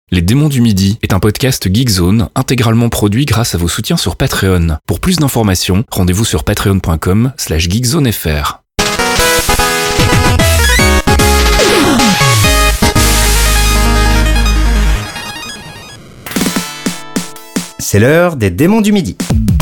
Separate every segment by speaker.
Speaker 1: Les Démons du Midi est un podcast Geekzone intégralement produit grâce à vos soutiens sur Patreon. Pour plus d'informations, rendez-vous sur patreon.com/geekzonefr.
Speaker 2: C'est l'heure des Démons du Midi.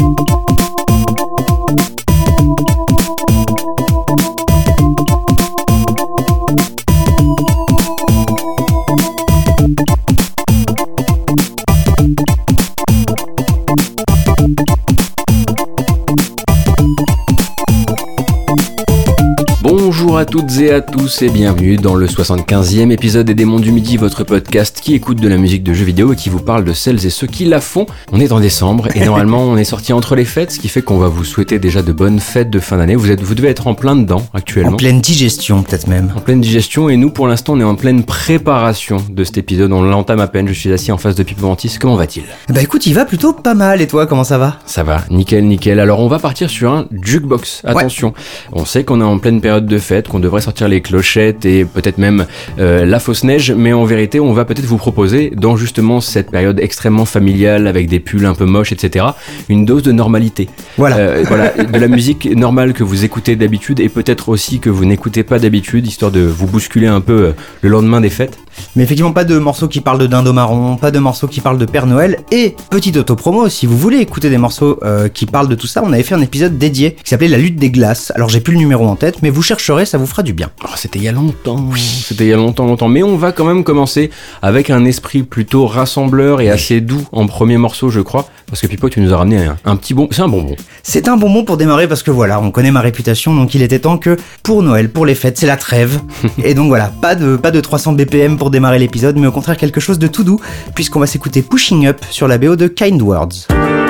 Speaker 3: Bonjour à toutes et à tous et bienvenue dans le 75e épisode des Démons du Midi, votre podcast qui écoute de la musique de jeux vidéo et qui vous parle de celles et ceux qui la font. On est en décembre et normalement on est sorti entre les fêtes, ce qui fait qu'on va vous souhaiter déjà de bonnes fêtes de fin d'année. Vous devez être en plein dedans actuellement.
Speaker 2: En pleine digestion peut-être même.
Speaker 3: En pleine digestion, et nous pour l'instant on est en pleine préparation de cet épisode, on l'entame à peine. Je suis assis en face de Pipo Mantis, comment va-t-il ?
Speaker 2: Bah écoute, il va plutôt pas mal, et toi, comment ça va ?
Speaker 3: Ça va, nickel. Alors on va partir sur un jukebox, attention. On sait qu'on est en pleine période de fête, qu'on devrait sortir les clochettes et peut-être même la fausse neige, mais en vérité on va peut-être vous proposer, dans justement cette période extrêmement familiale avec des pulls un peu moches, etc., une dose de normalité. Voilà, de la musique normale que vous écoutez d'habitude et peut-être aussi que vous n'écoutez pas d'habitude, histoire de vous bousculer un peu le lendemain des fêtes.
Speaker 2: Mais effectivement, pas de morceaux qui parlent de dindon marron, pas de morceaux qui parlent de Père Noël, et petite autopromo, si vous voulez écouter des morceaux qui parlent de tout ça, on avait fait un épisode dédié qui s'appelait La lutte des glaces. Alors j'ai plus le numéro en tête, mais vous chercherez, ça vous fera du bien.
Speaker 3: Oh, c'était il y a longtemps, c'était il y a longtemps, mais on va quand même commencer avec un esprit plutôt rassembleur et assez doux en premier morceau, je crois, parce que Pipo, tu nous as ramené un petit bon, c'est un bonbon.
Speaker 2: C'est un bonbon pour démarrer parce que voilà, on connaît ma réputation, donc il était temps que pour Noël, pour les fêtes, c'est la trêve, et donc voilà, pas de 300 BPM pour démarrer l'épisode, mais au contraire quelque chose de tout doux, puisqu'on va s'écouter Pushing Up sur la BO de Kind Words.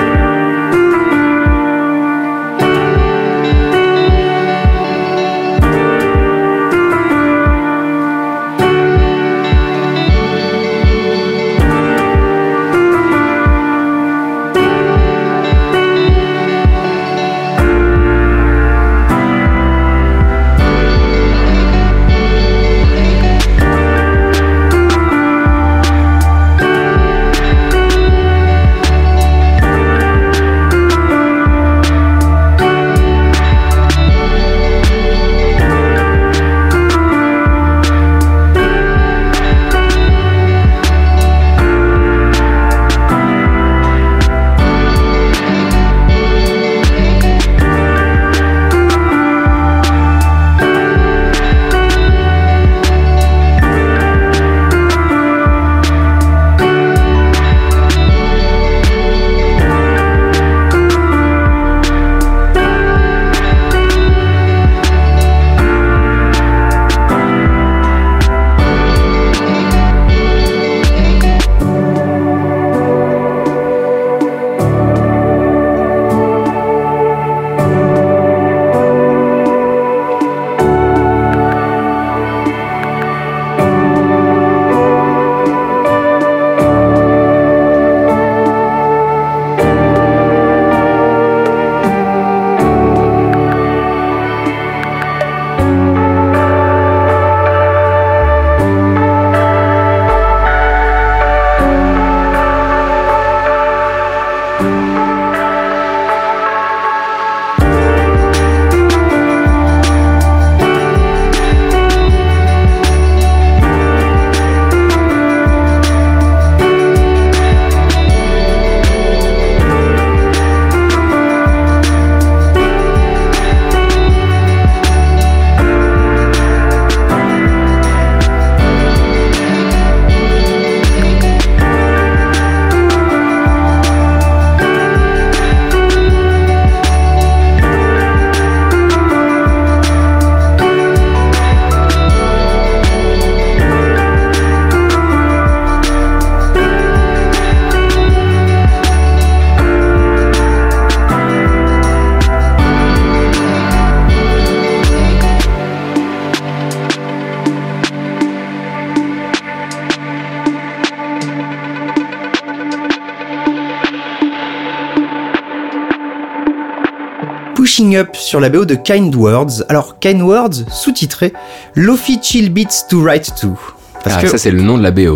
Speaker 2: Pushing Up sur la BO de Kind Words. Alors Kind Words, sous-titré Lofi Chill Beats to Write To.
Speaker 3: Parce que ça c'est le nom de la BO, hein.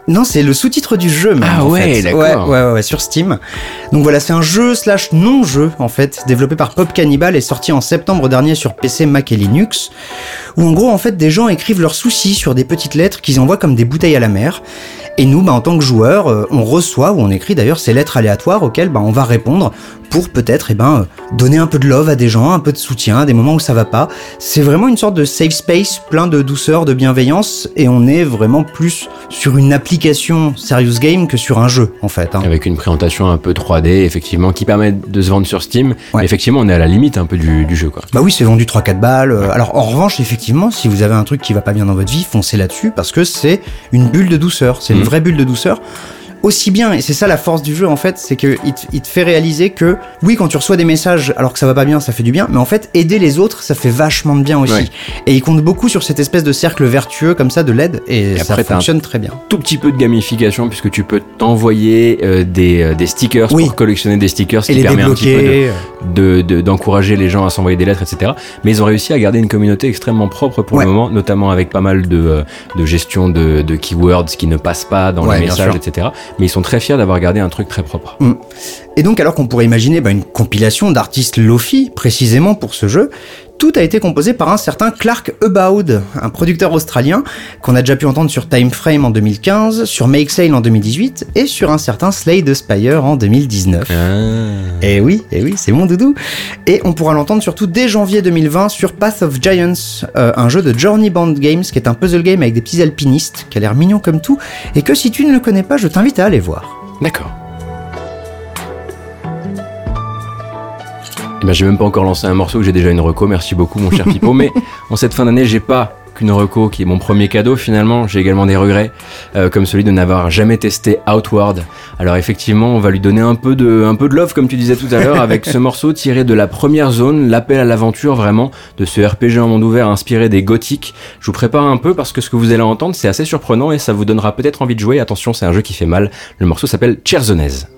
Speaker 2: Non, c'est le sous-titre du jeu même.
Speaker 3: Ah
Speaker 2: en
Speaker 3: ouais,
Speaker 2: fait.
Speaker 3: d'accord.
Speaker 2: Ouais, sur Steam. Donc voilà, c'est un jeu / non-jeu en fait, développé par Pop Cannibal et sorti en septembre dernier sur PC, Mac et Linux, où en gros en fait des gens écrivent leurs soucis sur des petites lettres qu'ils envoient comme des bouteilles à la mer. Et nous, en tant que joueurs, on reçoit, ou on écrit d'ailleurs ces lettres aléatoires auxquelles on va répondre pour peut-être donner un peu de love à des gens, un peu de soutien à des moments où ça va pas. C'est vraiment une sorte de safe space plein de douceur, de bienveillance, et on est vraiment plus sur une application Serious Game que sur un jeu en fait.
Speaker 3: Avec une présentation un peu 3D, effectivement, qui permet de se vendre sur Steam.
Speaker 2: Ouais.
Speaker 3: Mais effectivement, on est à la limite un peu du jeu, quoi.
Speaker 2: Bah oui, c'est vendu 3-4 balles. Alors en revanche, effectivement, si vous avez un truc qui va pas bien dans votre vie, foncez là-dessus parce que c'est une bulle de douceur, c'est une vraie bulle de douceur. Aussi bien, et c'est ça la force du jeu en fait, c'est que il te fait réaliser que oui, quand tu reçois des messages alors que ça va pas bien, ça fait du bien, mais en fait aider les autres, ça fait vachement de bien aussi.
Speaker 3: Ouais.
Speaker 2: Et il compte beaucoup sur cette espèce de cercle vertueux comme ça de l'aide, et ça
Speaker 3: après,
Speaker 2: fonctionne très bien.
Speaker 3: Tout petit peu de gamification, puisque tu peux t'envoyer des stickers pour collectionner des stickers, ce
Speaker 2: Et
Speaker 3: qui
Speaker 2: les
Speaker 3: permet
Speaker 2: débloquer.
Speaker 3: un petit peu d'encourager les gens à s'envoyer des lettres, etc. Mais ils ont réussi à garder une communauté extrêmement propre pour le moment, notamment avec pas mal de gestion de keywords qui ne passent pas dans les messages, etc. Mais ils sont très fiers d'avoir gardé un truc très propre.
Speaker 2: Et donc alors qu'on pourrait imaginer une compilation d'artistes Lofi précisément pour ce jeu, tout a été composé par un certain Clark Abowd, un producteur australien qu'on a déjà pu entendre sur Time Frame en 2015, sur Make Sale en 2018 et sur un certain Slay the Spire en 2019. Et oui, c'est mon doudou. Et on pourra l'entendre surtout dès janvier 2020 sur Path of Giants, un jeu de Journey Band Games qui est un puzzle game avec des petits alpinistes qui a l'air mignon comme tout et que si tu ne le connais pas, je t'invite à aller voir.
Speaker 3: D'accord. J'ai même pas encore lancé un morceau, j'ai déjà une reco, merci beaucoup mon cher Pipo, mais en cette fin d'année, j'ai pas qu'une reco qui est mon premier cadeau finalement, j'ai également des regrets, comme celui de n'avoir jamais testé Outward. Alors effectivement, on va lui donner un peu de love comme tu disais tout à l'heure, avec ce morceau tiré de la première zone, l'appel à l'aventure vraiment, de ce RPG en monde ouvert inspiré des gothiques. Je vous prépare un peu parce que ce que vous allez entendre, c'est assez surprenant et ça vous donnera peut-être envie de jouer. Attention, c'est un jeu qui fait mal, le morceau s'appelle Chersonese.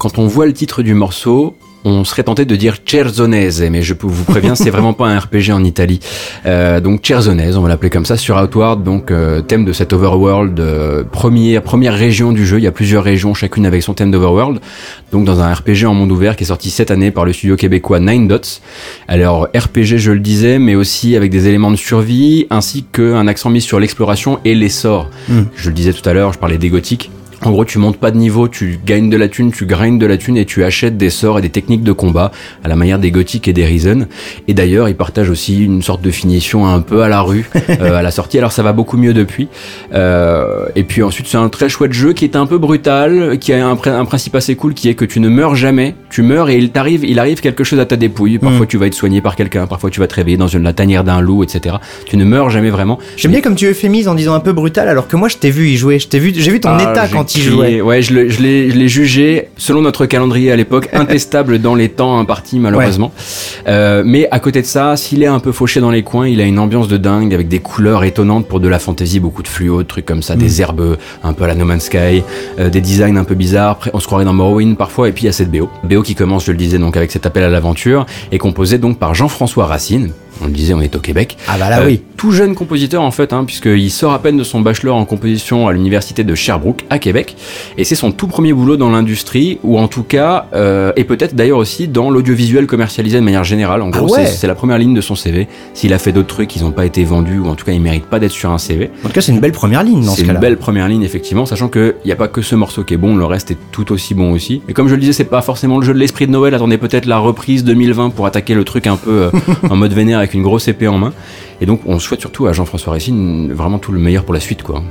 Speaker 3: quand on voit le titre du morceau, on serait tenté de dire Cerzonese, mais je vous préviens, c'est vraiment pas un RPG en Italie. Donc Cerzonese, on va l'appeler comme ça, sur Outward, donc thème de cet overworld, première région du jeu. Il y a plusieurs régions, chacune avec son thème d'overworld. Donc dans un RPG en monde ouvert qui est sorti cette année par le studio québécois Nine Dots. Alors RPG, je le disais, mais aussi avec des éléments de survie, ainsi qu'un accent mis sur l'exploration et les sorts. Je le disais tout à l'heure, je parlais des gothiques. En gros, tu montes pas de niveau, tu gagnes de la thune, tu grindes de la thune et tu achètes des sorts et des techniques de combat à la manière des Gothic et des Risen. Et d'ailleurs, ils partagent aussi une sorte de finition un peu à la rue à la sortie. Alors ça va beaucoup mieux depuis. Et puis ensuite, c'est un très chouette jeu qui est un peu brutal, qui a un principe assez cool qui est que tu ne meurs jamais. Tu meurs et il arrive quelque chose à ta dépouille. Parfois, tu vas être soigné par quelqu'un, parfois tu vas te réveiller dans la tanière d'un loup, etc. Tu ne meurs jamais vraiment.
Speaker 2: J'aime bien comme tu euphémises en disant un peu brutal, alors que moi je t'ai vu y jouer. J'ai vu ton état quand il jouait.
Speaker 3: Ouais, je l'ai jugé, selon notre calendrier à l'époque, intestable dans les temps impartis malheureusement. Ouais. Mais à côté de ça, s'il est un peu fauché dans les coins, il a une ambiance de dingue avec des couleurs étonnantes pour de la fantasy, beaucoup de fluo, de trucs comme ça, des herbes un peu à la No Man's Sky, des designs un peu bizarres, on se croirait dans Morrowind parfois, et puis il y a cette BO. BO qui commence, je le disais, donc avec cet appel à l'aventure, et composé donc par Jean-François Racine. On le disait, on est au Québec.
Speaker 2: Ah bah là oui.
Speaker 3: Tout jeune compositeur en fait, puisqu'il sort à peine de son bachelor en composition à l'université de Sherbrooke à Québec, et c'est son tout premier boulot dans l'industrie, ou en tout cas, et peut-être d'ailleurs aussi dans l'audiovisuel commercialisé de manière générale. En gros, c'est la première ligne de son CV. S'il a fait d'autres trucs, ils n'ont pas été vendus, ou en tout cas, ils méritent pas d'être sur un CV.
Speaker 2: En tout cas, c'est une belle première ligne dans ce cas-là.
Speaker 3: C'est une belle première ligne, effectivement, sachant qu'il n'y a pas que ce morceau qui est bon, le reste est tout aussi bon aussi. Et comme je le disais, c'est pas forcément le jeu de l'esprit de Noël. Attendez peut-être la reprise 2020 pour attaquer le truc un peu en mode vénère avec une grosse épée en main. Et donc on souhaite surtout à Jean-François Racine vraiment tout le meilleur pour la suite, quoi.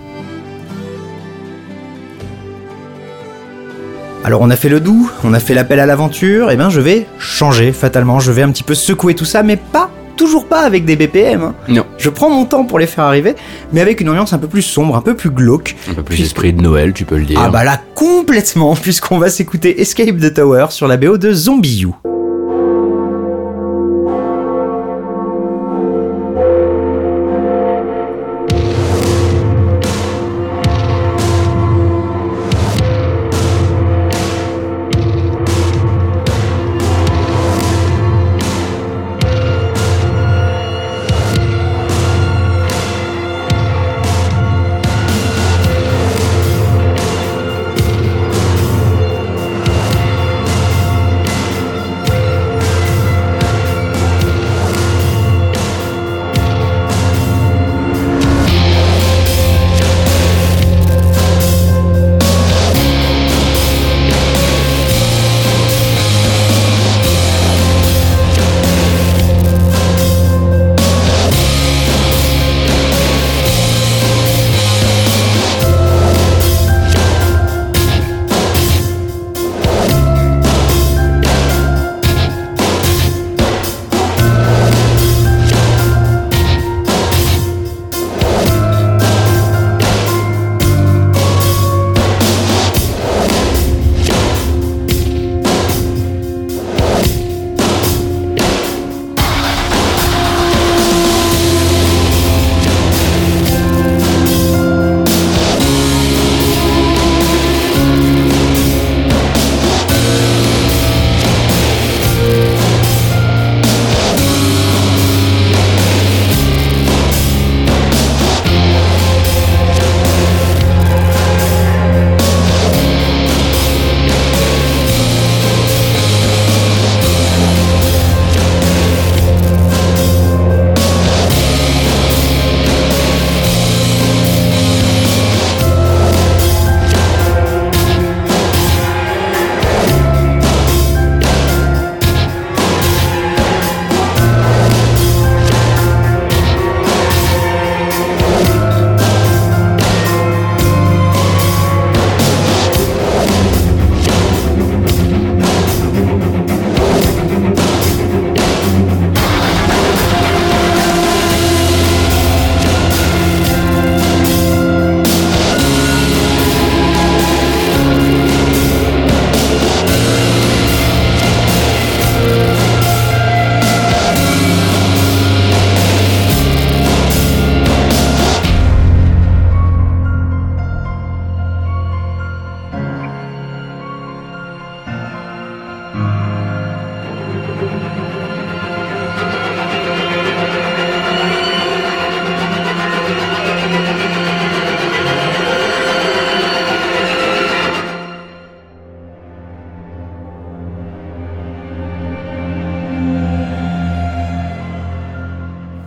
Speaker 2: Alors on a fait le doux, on a fait l'appel à l'aventure, et ben je vais changer fatalement, je vais un petit peu secouer tout ça, mais toujours pas avec des BPM.
Speaker 3: Non.
Speaker 2: Je prends mon temps pour les faire arriver, mais avec une ambiance un peu plus sombre, un peu plus glauque.
Speaker 3: Un peu plus esprit de Noël, tu peux le dire.
Speaker 2: Ah bah là, complètement, puisqu'on va s'écouter Escape the Tower sur la BO de Zombie U.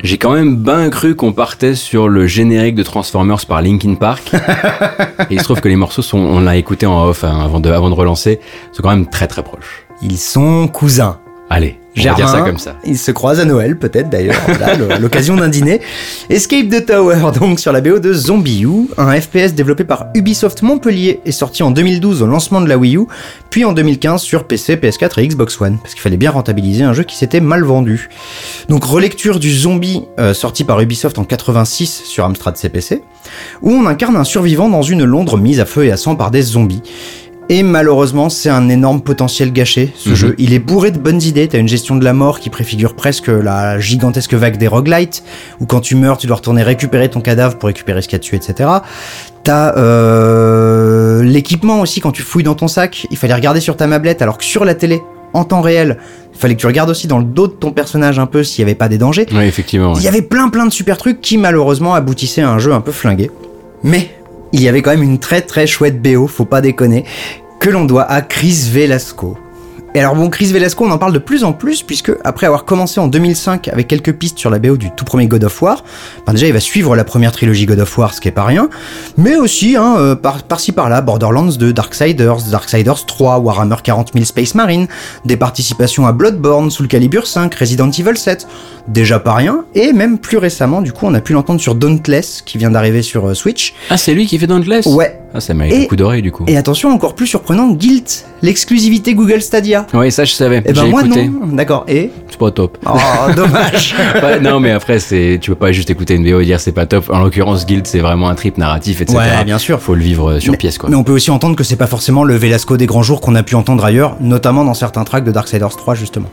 Speaker 3: J'ai quand même bien cru qu'on partait sur le générique de Transformers par Linkin Park. Et il se trouve que les morceaux on l'a écouté en off avant de relancer, sont quand même très très proches.
Speaker 2: Ils sont cousins.
Speaker 3: Allez, on va dire ça comme ça.
Speaker 2: Ils se croisent à Noël, peut-être d'ailleurs, là, l'occasion d'un dîner. Escape the Tower, donc sur la BO de Zombie U, un FPS développé par Ubisoft Montpellier, est sorti en 2012 au lancement de la Wii U, puis en 2015 sur PC, PS4 et Xbox One, parce qu'il fallait bien rentabiliser un jeu qui s'était mal vendu. Donc relecture du Zombie, sorti par Ubisoft en 86 sur Amstrad CPC, où on incarne un survivant dans une Londres mise à feu et à sang par des zombies. Et malheureusement, c'est un énorme potentiel gâché, ce jeu. Il est bourré de bonnes idées, t'as une gestion de la mort qui préfigure presque la gigantesque vague des roguelites, où quand tu meurs, tu dois retourner récupérer ton cadavre pour récupérer ce qu'il y a dessus, etc. T'as l'équipement aussi, quand tu fouilles dans ton sac, il fallait regarder sur ta tablette, alors que sur la télé, en temps réel, il fallait que tu regardes aussi dans le dos de ton personnage un peu s'il n'y avait pas des dangers.
Speaker 3: Oui, effectivement.
Speaker 2: Il y avait plein de super trucs qui malheureusement aboutissaient à un jeu un peu flingué. Mais il y avait quand même une très très chouette BO, faut pas déconner, que l'on doit à Chris Velasco. Et alors bon, Chris Velasco, on en parle de plus en plus, puisque après avoir commencé en 2005 avec quelques pistes sur la BO du tout premier God of War, déjà il va suivre la première trilogie God of War, ce qui est pas rien, mais aussi par-ci par-là, Borderlands 2, Darksiders 3, Warhammer 40 000 Space Marine, des participations à Bloodborne, Soul Calibur 5, Resident Evil 7, déjà pas rien, et même plus récemment, du coup on a pu l'entendre sur Dauntless, qui vient d'arriver sur Switch.
Speaker 3: Ah, c'est lui qui fait Dauntless ?
Speaker 2: Ouais.
Speaker 3: Ah, ça mérite un coup d'oreille du coup.
Speaker 2: Et attention, encore plus surprenant, Guilt, l'exclusivité Google Stadia.
Speaker 3: Oui, ça je savais.
Speaker 2: Eh ben
Speaker 3: j'ai
Speaker 2: moi
Speaker 3: écouté.
Speaker 2: non, d'accord, et
Speaker 3: c'est pas top.
Speaker 2: Oh, dommage.
Speaker 3: Ouais, non, mais après, tu peux pas juste écouter une vidéo et dire c'est pas top. En l'occurrence, Guild, c'est vraiment un trip narratif, etc.
Speaker 2: Ouais, bien sûr.
Speaker 3: Faut le vivre sur pièce, quoi.
Speaker 2: Mais on peut aussi entendre que c'est pas forcément le Velasco des grands jours qu'on a pu entendre ailleurs, notamment dans certains tracks de Darksiders 3, justement.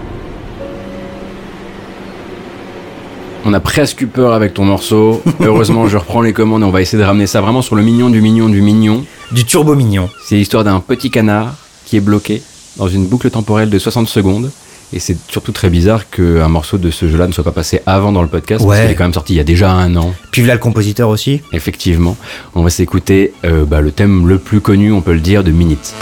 Speaker 3: On a presque eu peur avec ton morceau. Heureusement, je reprends les commandes et on va essayer de ramener ça vraiment sur le mignon du mignon du mignon.
Speaker 2: Du turbo mignon.
Speaker 3: C'est l'histoire d'un petit canard qui est bloqué dans une boucle temporelle de 60 secondes. Et c'est surtout très bizarre qu'un morceau de ce jeu-là ne soit pas passé avant dans le podcast, parce qu'il est quand même sorti il y a déjà 1 an.
Speaker 2: Puis là, le compositeur aussi.
Speaker 3: Effectivement. On va s'écouter le thème le plus connu, on peut le dire, de Minute.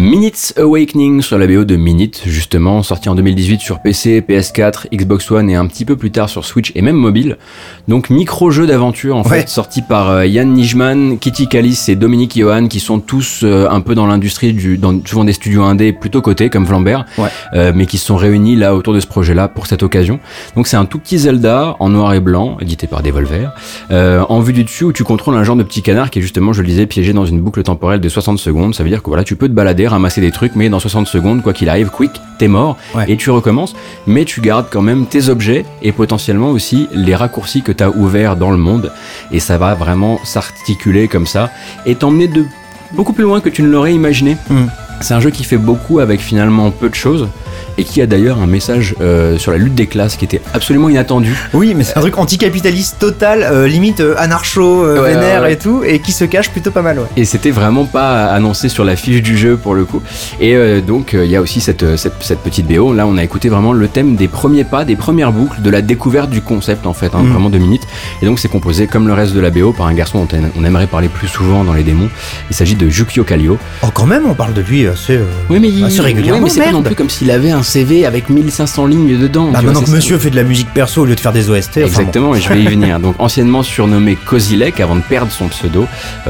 Speaker 3: Minutes Awakening sur la BO de Minute, justement, sorti en 2018 sur PC, PS4, Xbox One et un petit peu plus tard sur Switch et même mobile. Donc micro-jeu d'aventure en fait, sorti par Yann Nijman, Kitty Callis et Dominique Johan, qui sont tous un peu dans l'industrie, souvent des studios indés plutôt cotés comme Vlambeer, mais qui se sont réunis là autour de ce projet-là pour cette occasion. Donc c'est un tout petit Zelda en noir et blanc, édité par Devolver, en vue du dessus où tu contrôles un genre de petit canard qui est justement, je le disais, piégé dans une boucle temporelle de 60 secondes. Ça veut dire que voilà, tu peux te balader, ramasser des trucs, mais dans 60 secondes, quoi qu'il arrive, quick, t'es mort, et tu recommences, mais tu gardes quand même tes objets et potentiellement aussi les raccourcis que t'as ouverts dans le monde, et ça va vraiment s'articuler comme ça, et t'emmener de beaucoup plus loin que tu ne l'aurais imaginé. C'est un jeu qui fait beaucoup avec finalement peu de choses, et qui a d'ailleurs un message sur la lutte des classes qui était absolument inattendu.
Speaker 2: Oui, mais c'est un truc anticapitaliste total, limite anarcho, vénère et tout, et qui se cache plutôt pas mal.
Speaker 3: Et c'était vraiment pas annoncé sur la fiche du jeu pour le coup. Et donc il y a aussi cette petite BO. Là, on a écouté vraiment le thème des premiers pas, des premières boucles, de la découverte du concept en fait, vraiment de Minute. Et donc c'est composé comme le reste de la BO par un garçon dont on aimerait parler plus souvent dans les démons. Il s'agit de Yukio Kallio.
Speaker 2: Oh, quand même, on parle de lui assez régulièrement.
Speaker 3: Oui, mais c'est pas non plus comme s'il avait un CV avec 1500 lignes dedans.
Speaker 2: Bah maintenant que monsieur fait de la musique perso au lieu de faire des OST.
Speaker 3: Exactement, et je vais y venir. Donc anciennement surnommé Kozilek avant de perdre son pseudo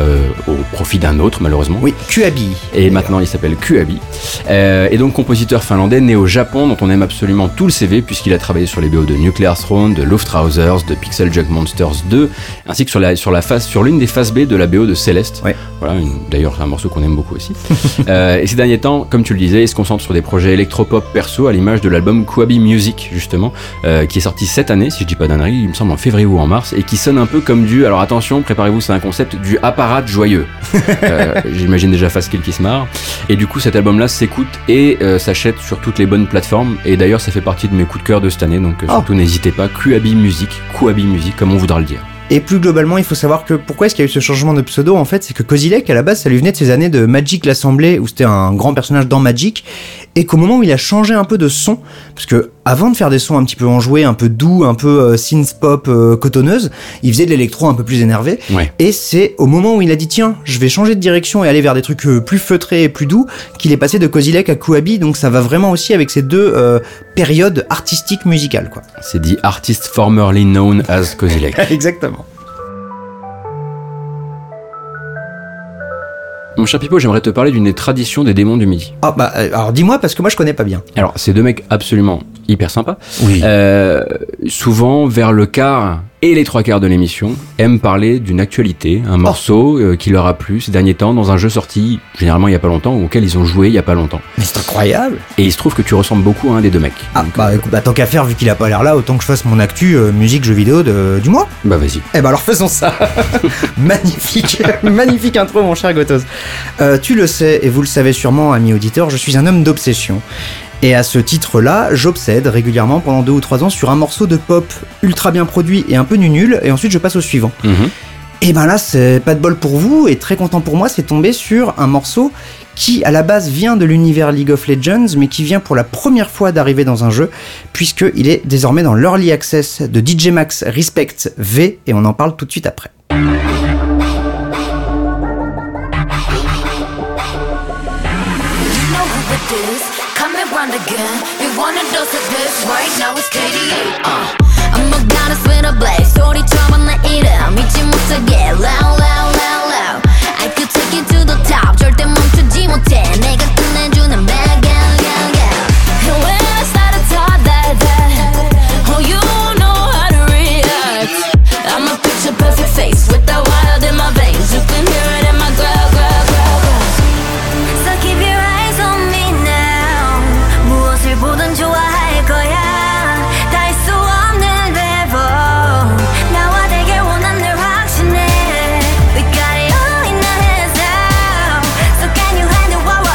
Speaker 3: au profit d'un autre malheureusement.
Speaker 2: Oui, Kuabi.
Speaker 3: Et maintenant il s'appelle Kuabi. Et donc compositeur finlandais né au Japon dont on aime absolument tout le CV puisqu'il a travaillé sur les BO de Nuclear Throne, de Luftrausers, de Pixel Junk Monsters 2, ainsi que sur l'une des phases B de la BO de Céleste. Voilà, d'ailleurs un morceau qu'on aime beaucoup aussi. Et ces derniers temps, comme tu le disais, il se concentre sur des projets électropop perso à l'image de l'album Kuabi Music justement, qui est sorti cette année si je dis pas d'annerie, il me semble en février ou en mars, et qui sonne un peu comme alors attention, préparez-vous, c'est un concept du apparat joyeux. J'imagine déjà Fastkill qui se marre. Et du coup cet album là s'écoute et s'achète sur toutes les bonnes plateformes, et d'ailleurs ça fait partie de mes coups de cœur de cette année, donc surtout n'hésitez pas, Kuabi Music comme on voudra le dire.
Speaker 2: Et plus globalement, il faut savoir que pourquoi est-ce qu'il y a eu ce changement de pseudo en fait, c'est que Kozilek à la base ça lui venait de ses années de Magic l'Assemblée où c'était un grand personnage dans Magic, et qu'au moment où il a changé un peu de son, parce que avant de faire des sons un petit peu enjoués, un peu doux, un peu synth pop cotonneuse, il faisait de l'électro un peu plus énervé, et c'est au moment où il a dit tiens, je vais changer de direction et aller vers des trucs plus feutrés et plus doux, qu'il est passé de Kozilek à Kuabi. Donc ça va vraiment aussi avec ces deux périodes artistiques musicales quoi.
Speaker 3: C'est dit artist formerly known as Kozilek.
Speaker 2: Exactement.
Speaker 3: Mon cher Pipo, j'aimerais te parler d'une des traditions des démons du Midi.
Speaker 2: Ah bah alors dis-moi parce que moi je connais pas bien.
Speaker 3: Alors c'est deux mecs absolument hyper sympas.
Speaker 2: Oui.
Speaker 3: Souvent vers le quart et les trois quarts de l'émission aiment parler d'une actualité, un morceau qui leur a plu ces derniers temps dans un jeu sorti généralement il y a pas longtemps ou auquel ils ont joué il y a pas longtemps.
Speaker 2: Mais c'est incroyable.
Speaker 3: Et il se trouve que tu ressembles beaucoup à un des deux mecs.
Speaker 2: Ah donc, écoute, tant qu'à faire vu qu'il a pas l'air là, autant que je fasse mon actu musique jeux vidéo du mois.
Speaker 3: Bah vas-y.
Speaker 2: Eh bah alors faisons ça. Magnifique, magnifique intro mon cher Gotos. Tu le sais et vous le savez sûrement amis auditeurs, je suis un homme d'obsession. Et à ce titre-là, j'obsède régulièrement pendant 2 ou 3 ans sur un morceau de pop ultra bien produit et un peu nul, et ensuite je passe au suivant. Et ben là, c'est pas de bol pour vous, et très content pour moi, c'est tombé sur un morceau qui à la base vient de l'univers League of Legends, mais qui vient pour la première fois d'arriver dans un jeu, puisqu'il est désormais dans l'Early Access de DJ Max Respect V, et on en parle tout de suite après.
Speaker 4: Again, we want a dose of this right now. It's KDA. I'm a goddess with a blaze. 소리처럼 나 이름 잊지 못하게. Loud, loud, loud, loud. I could take you to the top. 절대 멈추지 못해. 내가 끝내주는 bag, yeah, yeah, yeah. And when I started talk that, oh, you know how to react. I'm a picture perfect face with the wild in my veins. You can hear it in my growl, growl, growl, growl. So keep your eyes on me now. 무엇을 보든 좋아할 거야. 다 할 수 없는 배vo. 나와 되길 원한 늘 확신해. We got it all in our hands now. So can you handle what we're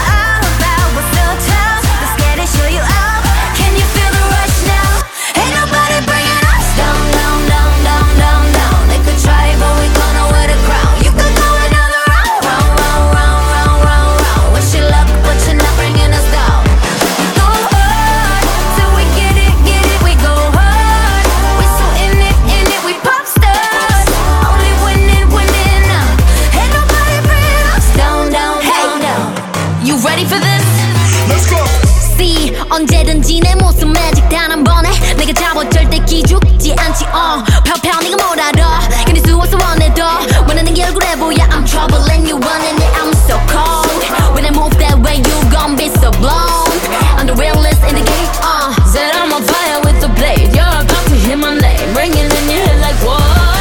Speaker 4: you ready for this?
Speaker 5: Let's go.
Speaker 4: See 언제든지 내 모습 매직 단 한 번에 내가 잡아 절대 기죽지 않지 펴펴 네가 뭘 알아 견딜 수 없어 원해도 원하는 게 얼굴에 보여 I'm trouble and you running it I'm so cold When I move that way you gon' be so blown I'm the realest in the game Said I'm on fire with the blade You're about to hear my name ringing in your head like whoa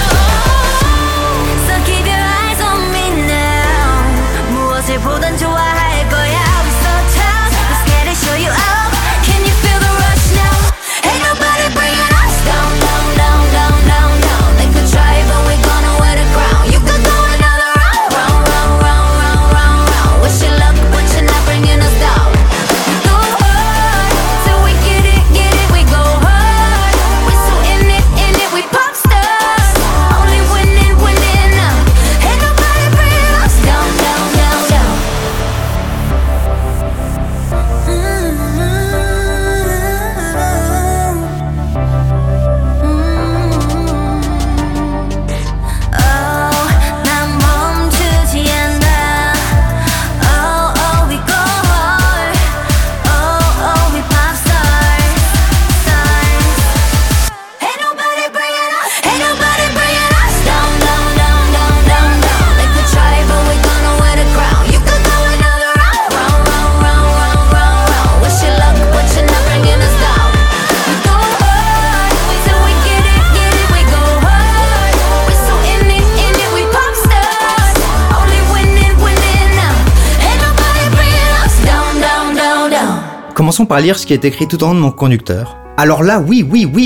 Speaker 4: So keep your eyes on me now 무엇을 보던 좋아할 거야 We so tough Let's get it show you up Can you feel the rush now Ain't nobody bringing us down down down down down down They could try but we gonna wear the crown You could go another round round round round round round round Wish you luck but you're not bringing us down Go hard till we get it we go hard We're so in it we pop stars Only winning winning now Ain't nobody bringing us down down down down Oh, 난 멈추지 않아 Oh, oh, we go hard Oh, oh, we pop stars Ain't nobody bringing us down, down, down, down, down, down They could try but we gonna wear the crown You could go another round, round, round, round, round, round, round Wish you luck but you're not bringing us down We go hard till we get it we go hard We're so in it we pop stars Only winning now Ain't nobody bringing us down, down, down, down
Speaker 2: Commençons par lire ce qui est écrit tout en haut de mon conducteur. Alors là, oui.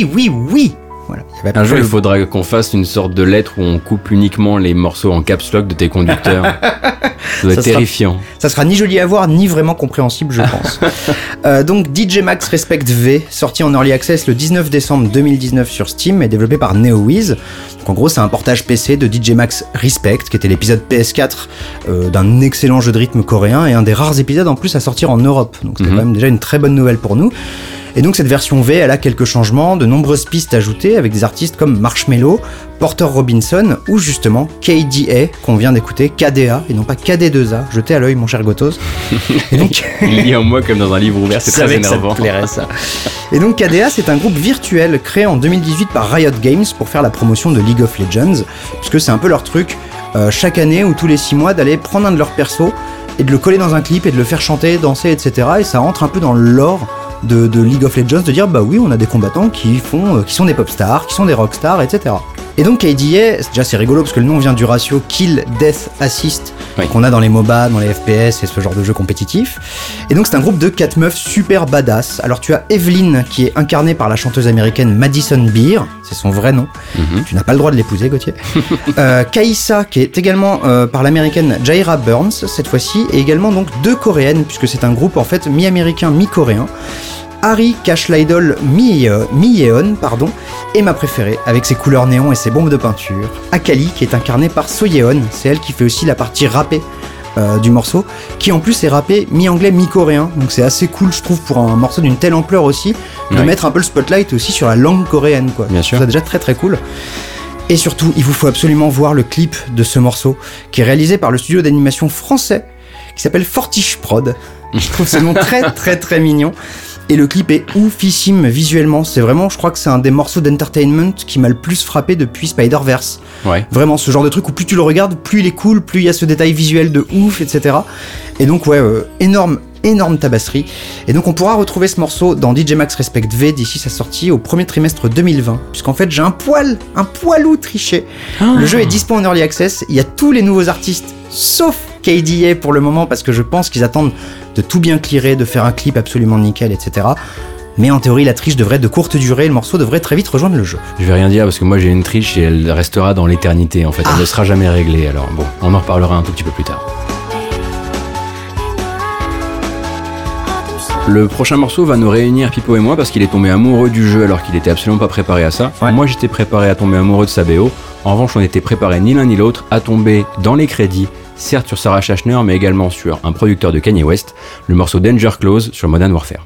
Speaker 2: Voilà. Il y avait
Speaker 3: Un jour,
Speaker 2: le-
Speaker 3: il faudra qu'on fasse une sorte de lettre où on coupe uniquement les morceaux en caps lock de tes conducteurs. Ça doit être
Speaker 2: Ça sera-
Speaker 3: terrifiant.
Speaker 2: Ça sera ni joli à voir, ni vraiment compréhensible, je pense. Donc DJ Max Respect V, sorti en Early Access le 19 décembre 2019 sur Steam et développé par NeoWiz. Donc en gros, c'est un portage PC de DJ Max Respect, qui était l'épisode PS4 d'un excellent jeu de rythme coréen et un des rares épisodes en plus à sortir en Europe. Donc c'était quand même déjà une très bonne nouvelle pour nous. Et donc cette version V, elle a quelques changements, de nombreuses pistes ajoutées avec des artistes comme Marshmello, Porter Robinson ou justement KDA qu'on vient d'écouter, KDA et non pas KD2A. Jetez à l'œil mon cher Gotos. Et donc
Speaker 3: Il lit en moi comme dans un livre ouvert, c'est
Speaker 2: je
Speaker 3: très
Speaker 2: savais que ça
Speaker 3: énervant.
Speaker 2: te plairait ça. Et donc KDA, c'est un groupe virtuel créé en 2018 par Riot Games pour faire la promotion de League of Legends, puisque c'est un peu leur truc chaque année ou tous les 6 mois d'aller prendre un de leurs persos et de le coller dans un clip et de le faire chanter, danser, etc. Et ça rentre un peu dans le lore de League of Legends, de dire bah oui, on a des combattants qui sont des pop stars, qui sont des rock stars, etc. Et donc KDA, déjà c'est rigolo parce que le nom vient du ratio Kill, Death, Assist
Speaker 3: Oui.
Speaker 2: qu'on a dans les MOBA, dans les FPS et ce genre de jeux compétitifs. Et donc c'est un groupe de 4 meufs super badass. Alors tu as Evelyn qui est incarnée par la chanteuse américaine Madison Beer, c'est son vrai nom. Tu n'as pas le droit de l'épouser, Gauthier. Kaisa qui est également par l'américaine Jaira Burns cette fois-ci, et également donc 2 coréennes puisque c'est un groupe en fait mi-américain mi-coréen. Harry Cash l'idol Mi-Yeon, et ma préférée, avec ses couleurs néon et ses bombes de peinture, Akali, qui est incarnée par Soyeon, c'est elle qui fait aussi la partie rappée du morceau, qui en plus est rappé mi-anglais mi-coréen, donc c'est assez cool je trouve pour un morceau d'une telle ampleur aussi, de
Speaker 3: Ouais.
Speaker 2: mettre un peu le spotlight aussi sur la langue coréenne, quoi.
Speaker 3: Bien
Speaker 2: Je
Speaker 3: sûr.
Speaker 2: trouve ça déjà très très cool. Et surtout, il vous faut absolument voir le clip de ce morceau, qui est réalisé par le studio d'animation français, qui s'appelle Fortiche Prod. Je trouve ce nom très très très mignon. Et le clip est oufissime visuellement. C'est vraiment, je crois que c'est un des morceaux d'entertainment qui m'a le plus frappé depuis Spider-Verse.
Speaker 3: Ouais.
Speaker 2: Vraiment, ce genre de truc où plus tu le regardes, plus il est cool, plus il y a ce détail visuel de ouf, etc. Et donc, ouais, énorme tabasserie. Et donc, on pourra retrouver ce morceau dans DJ Max Respect V d'ici sa sortie au premier trimestre 2020. Puisqu'en fait, j'ai un poilou triché. Le jeu est dispo en Early Access. Il y a tous les nouveaux artistes, sauf KDA pour le moment, parce que je pense qu'ils attendent de tout bien clearer, de faire un clip absolument nickel, etc. Mais en théorie, la triche devrait être de courte durée, le morceau devrait très vite rejoindre le jeu.
Speaker 3: Je vais rien dire parce que moi j'ai une triche et elle restera dans l'éternité en fait. Elle ne sera jamais réglée. Alors bon, on en reparlera un tout petit peu plus tard. Le prochain morceau va nous réunir Pipo et moi parce qu'il est tombé amoureux du jeu alors qu'il était absolument pas préparé à ça.
Speaker 2: Ouais.
Speaker 3: Moi j'étais préparé à tomber amoureux de sa BO. En revanche on n'était préparé ni l'un ni l'autre à tomber dans les crédits, certes sur Sarah Schachner mais également sur un producteur de Kanye West, le morceau Danger Close sur Modern Warfare.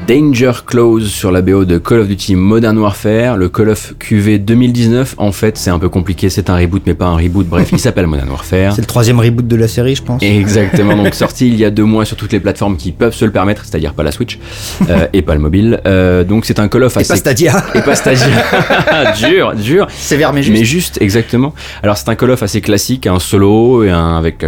Speaker 3: Danger Close sur la BO de Call of Duty Modern Warfare, le Call of QV 2019. En fait, c'est un peu compliqué, c'est un reboot mais pas un reboot, bref, il s'appelle Modern Warfare.
Speaker 2: C'est le 3e reboot de la série, je pense.
Speaker 3: Exactement, donc sorti il y a 2 mois sur toutes les plateformes qui peuvent se le permettre, c'est-à-dire pas la Switch et pas le mobile. Donc c'est un Call of assez...
Speaker 2: Et pas Stadia.
Speaker 3: Et pas Stadia. dur.
Speaker 2: Sévère mais juste.
Speaker 3: Mais juste, exactement. Alors c'est un Call of assez classique, un solo et avec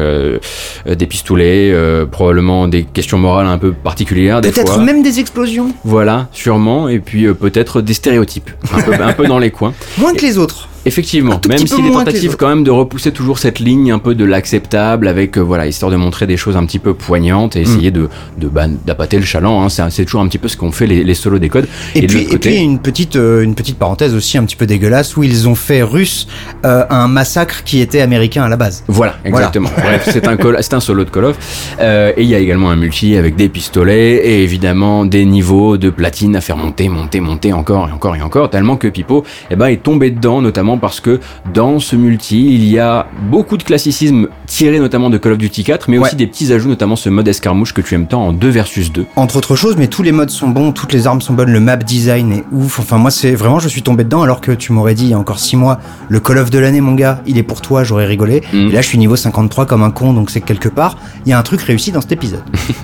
Speaker 3: des pistolets, probablement des questions morales un peu particulières des fois.
Speaker 2: Peut-être même des explosions.
Speaker 3: Voilà, sûrement, et puis peut-être des stéréotypes, un peu dans les coins.
Speaker 2: Moins que les autres.
Speaker 3: Effectivement, même si des tentatives quand même de repousser toujours cette ligne un peu de l'acceptable avec voilà, histoire de montrer des choses un petit peu poignantes et essayer d'appâter le chaland, hein. C'est toujours un petit peu ce qu'ont fait les solos des codes.
Speaker 2: Et puis une petite parenthèse aussi un petit peu dégueulasse où ils ont fait russe un massacre qui était américain à la base.
Speaker 3: Voilà, exactement. Voilà. Bref, c'est un solo de Call of. Et il y a également un multi avec des pistolets et évidemment des niveaux de platine à faire monter encore et encore et encore, tellement que Pipo est tombé dedans, notamment parce que dans ce multi, il y a beaucoup de classicisme tiré notamment de Call of Duty 4, mais aussi des petits ajouts, notamment ce mode escarmouche que tu aimes tant en 2 versus 2.
Speaker 2: Entre autres choses, mais tous les modes sont bons, toutes les armes sont bonnes, le map design est ouf. Enfin, moi, c'est vraiment, je suis tombé dedans alors que tu m'aurais dit il y a encore 6 mois, le Call of de l'année, mon gars, il est pour toi, j'aurais rigolé. Et là, je suis niveau 53 comme un con, donc c'est que quelque part, il y a un truc réussi dans cet épisode.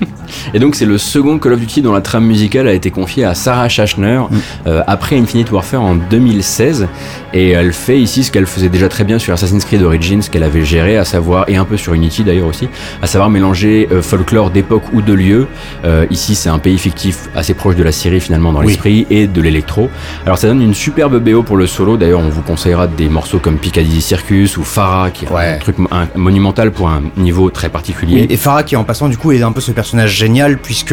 Speaker 3: Et donc, c'est le second Call of Duty dont la trame musicale a été confiée à Sarah Schachner après Infinite Warfare en 2016. Et elle fait ici ce qu'elle faisait déjà très bien sur Assassin's Creed Origins, qu'elle avait géré, à savoir, et un peu sur Unity d'ailleurs aussi, à savoir mélanger folklore d'époque ou de lieu. Ici, c'est un pays fictif assez proche de la Syrie finalement dans l'esprit et de l'électro. Alors ça donne une superbe BO pour le solo. D'ailleurs, on vous conseillera des morceaux comme Piccadilly Circus ou Farah, qui est un truc monumental pour un niveau très particulier.
Speaker 2: Oui, et Farah qui en passant du coup est un peu ce personnage génial puisque,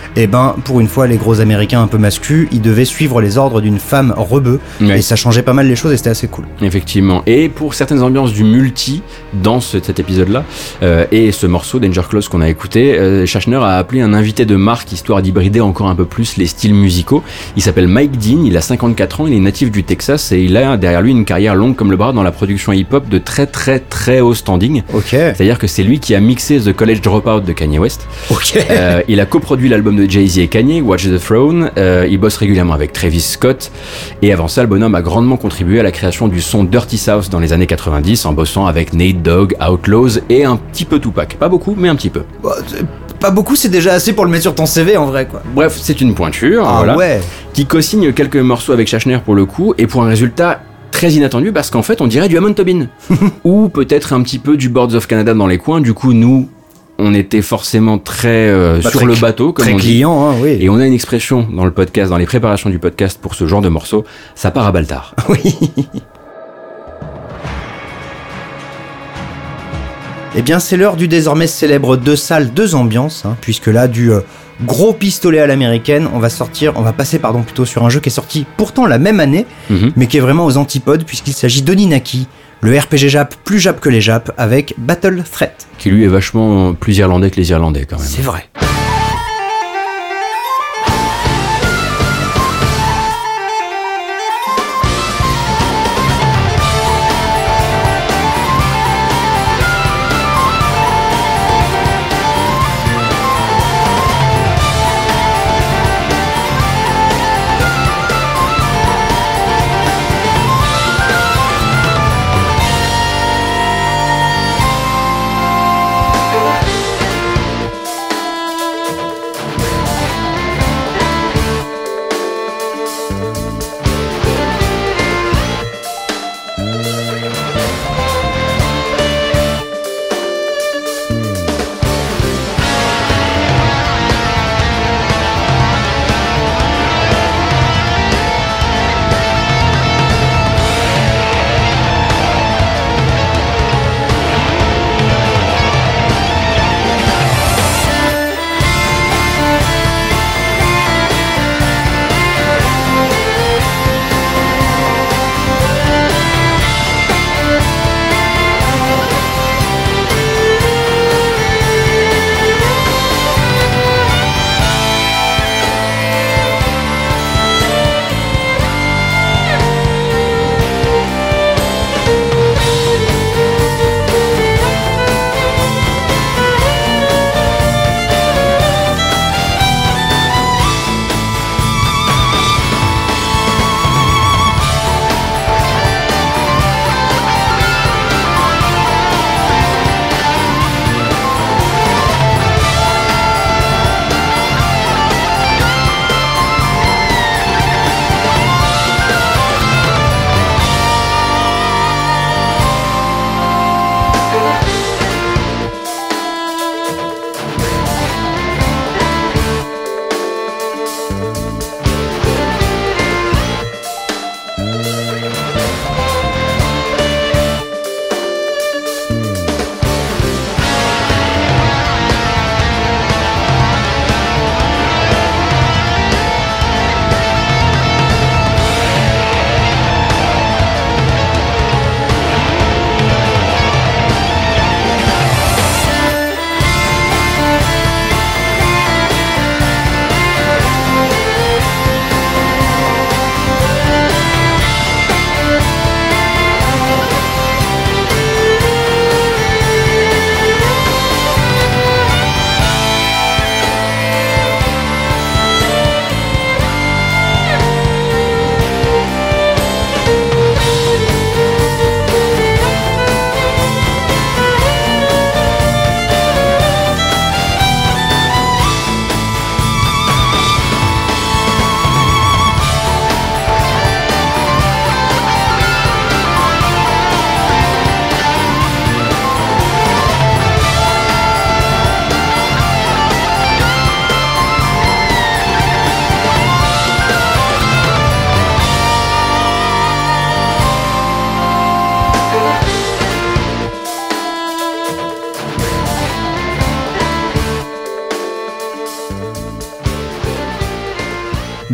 Speaker 2: pour une fois, les gros Américains un peu masculins, ils devaient suivre les ordres d'une femme rebeu et ça changeait pas mal les choses et c'était assez cool.
Speaker 3: Effectivement. Et pour certaines ambiances du multi dans cet épisode-là, et ce morceau Danger Close qu'on a écouté, Schachner a appelé un invité de marque histoire d'hybrider encore un peu plus les styles musicaux. Il s'appelle Mike Dean, il a 54 ans, il est natif du Texas et il a derrière lui une carrière longue comme le bras dans la production hip-hop de très très très haut standing. C'est-à-dire que c'est lui qui a mixé The College Dropout de Kanye West. Il a coproduit l'album de Jay-Z et Kanye, Watch the Throne. Il bosse régulièrement avec Travis Scott et avant ça, le bonhomme a grandement contribué à la création du son Dirty South dans les années 90 en bossant avec Nate Dogg, Outlaws et un petit peu Tupac. Pas beaucoup, mais un petit peu.
Speaker 2: Pas beaucoup, c'est déjà assez pour le mettre sur ton CV en vrai quoi.
Speaker 3: Bref, c'est une pointure qui co-signe quelques morceaux avec Schachner pour le coup et pour un résultat très inattendu parce qu'en fait on dirait du Hammond Tobin ou peut-être un petit peu du Boards of Canada dans les coins. Du coup nous on était forcément très sur le bateau comme
Speaker 2: très
Speaker 3: on dit.
Speaker 2: client, hein, oui.
Speaker 3: Et on a une expression dans le podcast, dans les préparations du podcast pour ce genre de morceaux, ça part à Baltar.
Speaker 2: Oui. Eh bien, c'est l'heure du désormais célèbre 2 salles, 2 ambiances, hein, puisque là, du gros pistolet à l'américaine, on va passer plutôt sur un jeu qui est sorti pourtant la même année, mais qui est vraiment aux antipodes, puisqu'il s'agit d'Oninaki, le RPG Jap plus Jap que les Jap, avec Battle Threat.
Speaker 3: Qui lui est vachement plus irlandais que les Irlandais quand même.
Speaker 2: C'est vrai.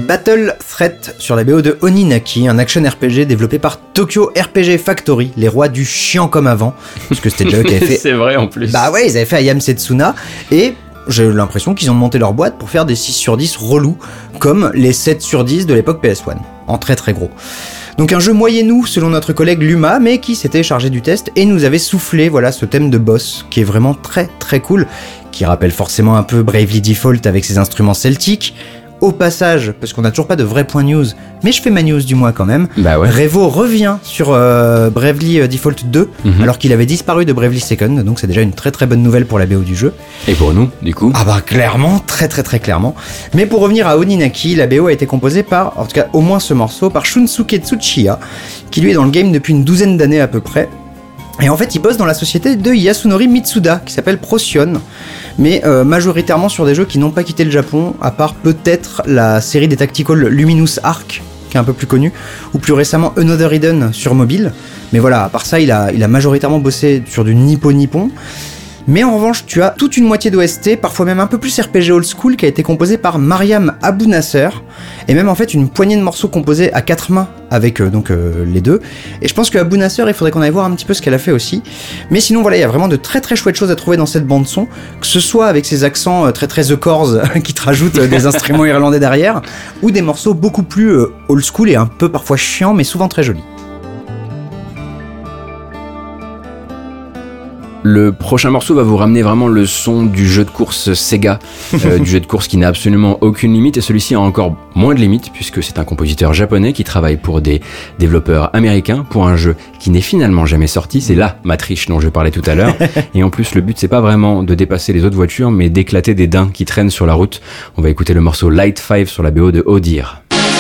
Speaker 2: Battle Threat sur la BO de Oninaki, un action RPG développé par Tokyo RPG Factory, les rois du chiant comme avant, parce que c'était déjà eux qui avaient fait...
Speaker 3: C'est vrai en plus.
Speaker 2: Bah ouais, ils avaient fait Ayam Setsuna, et j'ai l'impression qu'ils ont monté leur boîte pour faire des 6 sur 10 relous, comme les 7 sur 10 de l'époque PS1, en très très gros. Donc un jeu moyennou selon notre collègue Luma, mais qui s'était chargé du test et nous avait soufflé ce thème de boss, qui est vraiment très très cool, qui rappelle forcément un peu Bravely Default avec ses instruments celtiques. Au passage, parce qu'on n'a toujours pas de vrai point news, mais je fais ma news du mois quand même,
Speaker 3: Bah ouais.
Speaker 2: Revo revient sur Bravely Default 2, alors qu'il avait disparu de Bravely Second, donc c'est déjà une très très bonne nouvelle pour la BO du jeu.
Speaker 3: Et pour nous, du coup.
Speaker 2: Ah bah clairement, très très très clairement. Mais pour revenir à Oninaki, la BO a été composée par, en tout cas au moins ce morceau, par Shunsuke Tsuchiya, qui lui est dans le game depuis une douzaine d'années à peu près. Et en fait, il bosse dans la société de Yasunori Mitsuda, qui s'appelle Procyon, mais majoritairement sur des jeux qui n'ont pas quitté le Japon, à part peut-être la série des Tactical Luminous Arc, qui est un peu plus connue, ou plus récemment Another Eden sur mobile. Mais voilà, à part ça, il a majoritairement bossé sur du Nippon. Mais en revanche, tu as toute une moitié d'OST, parfois même un peu plus RPG old school, qui a été composée par Mariam Abou Nasser, et même en fait une poignée de morceaux composés à 4 mains avec les deux. Et je pense que Abou Nasser, il faudrait qu'on aille voir un petit peu ce qu'elle a fait aussi. Mais sinon voilà, il y a vraiment de très très chouettes choses à trouver dans cette bande son, que ce soit avec ses accents très très The Corrs qui te rajoutent des instruments irlandais derrière, ou des morceaux beaucoup plus old school et un peu parfois chiants, mais souvent très jolis.
Speaker 3: Le prochain morceau va vous ramener vraiment le son du jeu de course Sega, du jeu de course qui n'a absolument aucune limite, et celui-ci a encore moins de limites puisque c'est un compositeur japonais qui travaille pour des développeurs américains pour un jeu qui n'est finalement jamais sorti. C'est là ma triche dont je parlais tout à l'heure. Et en plus, le but c'est pas vraiment de dépasser les autres voitures, mais d'éclater des daims qui traînent sur la route. On va écouter le morceau Light 5 sur la BO de Odir.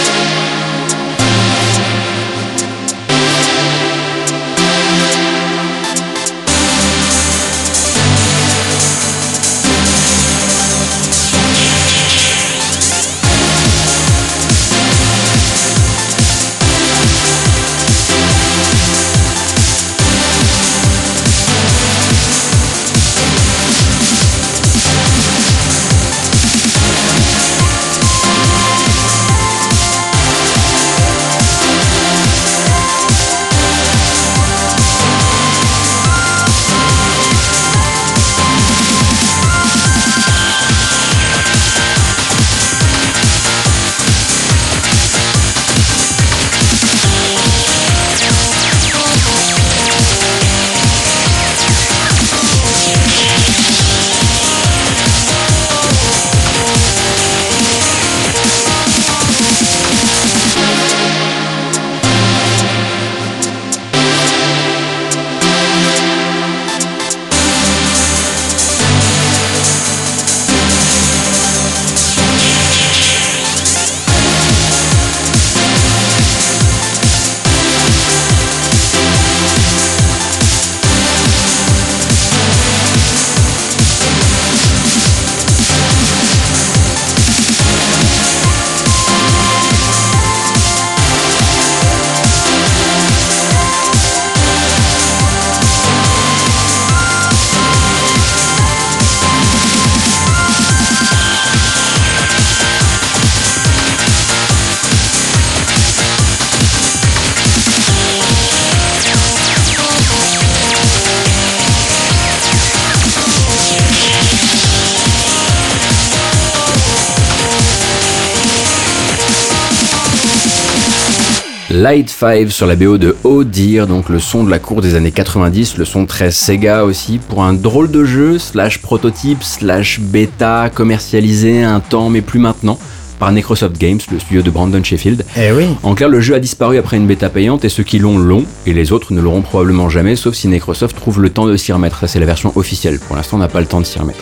Speaker 3: Light 5 sur la BO de Oh Dear, donc le son de la cour des années 90, le son très Sega aussi, pour un drôle de jeu, / prototype, / bêta, commercialisé un temps mais plus maintenant, par Necrosoft Games, le studio de Brandon Sheffield.
Speaker 2: Eh oui.
Speaker 3: En clair, le jeu a disparu après une bêta payante et ceux qui l'ont, et les autres ne l'auront probablement jamais, sauf si Microsoft trouve le temps de s'y remettre. Ça, c'est la version officielle. Pour l'instant, on n'a pas le temps de s'y remettre.